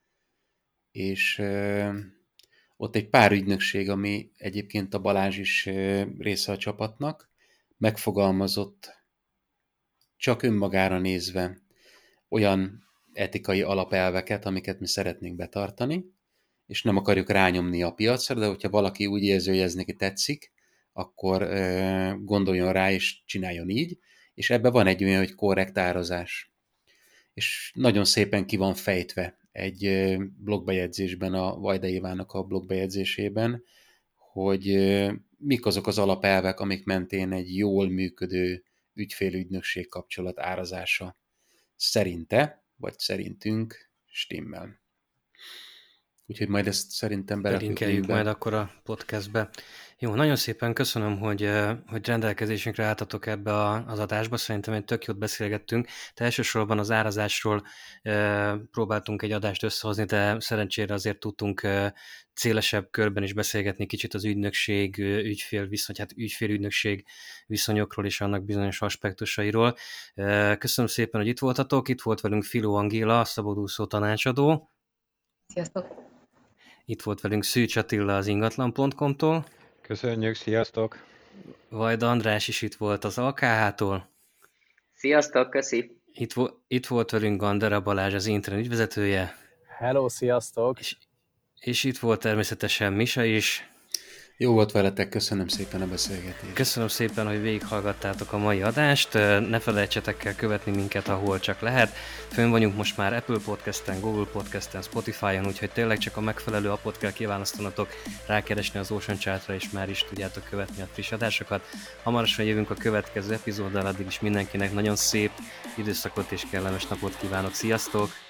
Speaker 3: és ott egy pár ügynökség, ami egyébként a Balázs is része a csapatnak, megfogalmazott csak önmagára nézve olyan etikai alapelveket, amiket mi szeretnénk betartani, és nem akarjuk rányomni a piacra, de hogyha valaki úgy érzi, hogy ez neki tetszik, akkor gondoljon rá, és csináljon így, és ebben van egy olyan, hogy korrekt árazás. És nagyon szépen ki van fejtve egy blogbejegyzésben, a Vajda Évának a blogbejegyzésében, hogy mik azok az alapelvek, amik mentén egy jól működő ügyfélügynökség kapcsolat árazása szerinte, vagy szerintünk stimmel. Úgyhogy majd ezt szerintem
Speaker 1: belinkeljük majd akkor a podcastbe. Jó, nagyon szépen köszönöm, hogy rendelkezésünkre álltatok ebbe az adásba. Szerintem egy tök jót beszélgettünk. De elsősorban az árazásról próbáltunk egy adást összehozni, de szerencsére azért tudtunk szélesebb körben is beszélgetni kicsit az ügynökség, ügyfélügynökség viszonyokról és annak bizonyos aspektusairól. Köszönöm szépen, hogy itt voltatok. Itt volt velünk Filó Angéla, szabadúszó tanácsadó.
Speaker 2: Sziasztok!
Speaker 1: Itt volt velünk Szűcs Attila az ingatlan.com-tól.
Speaker 6: Köszönjük, sziasztok!
Speaker 1: Vajda András is itt volt az AKH-tól.
Speaker 4: Sziasztok, köszi!
Speaker 1: Itt volt velünk Gandera Balázs, az Intren ügyvezetője.
Speaker 7: Hello, sziasztok!
Speaker 1: És itt volt természetesen Misa is.
Speaker 3: Jó volt veletek, köszönöm szépen a beszélgetést.
Speaker 1: Köszönöm szépen, hogy végighallgattátok a mai adást. Ne felejtsetek el követni minket, ahol csak lehet. Fönn vagyunk most már Apple Podcasten, Google Podcasten, Spotify-on, úgyhogy tényleg csak a megfelelő appot kell kiválasztanatok, rákeresni az Ocean Chartra, és már is tudjátok követni a friss adásokat. Hamarosan jövünk a következő epizóddal, addig is mindenkinek nagyon szép időszakot és kellemes napot kívánok. Sziasztok!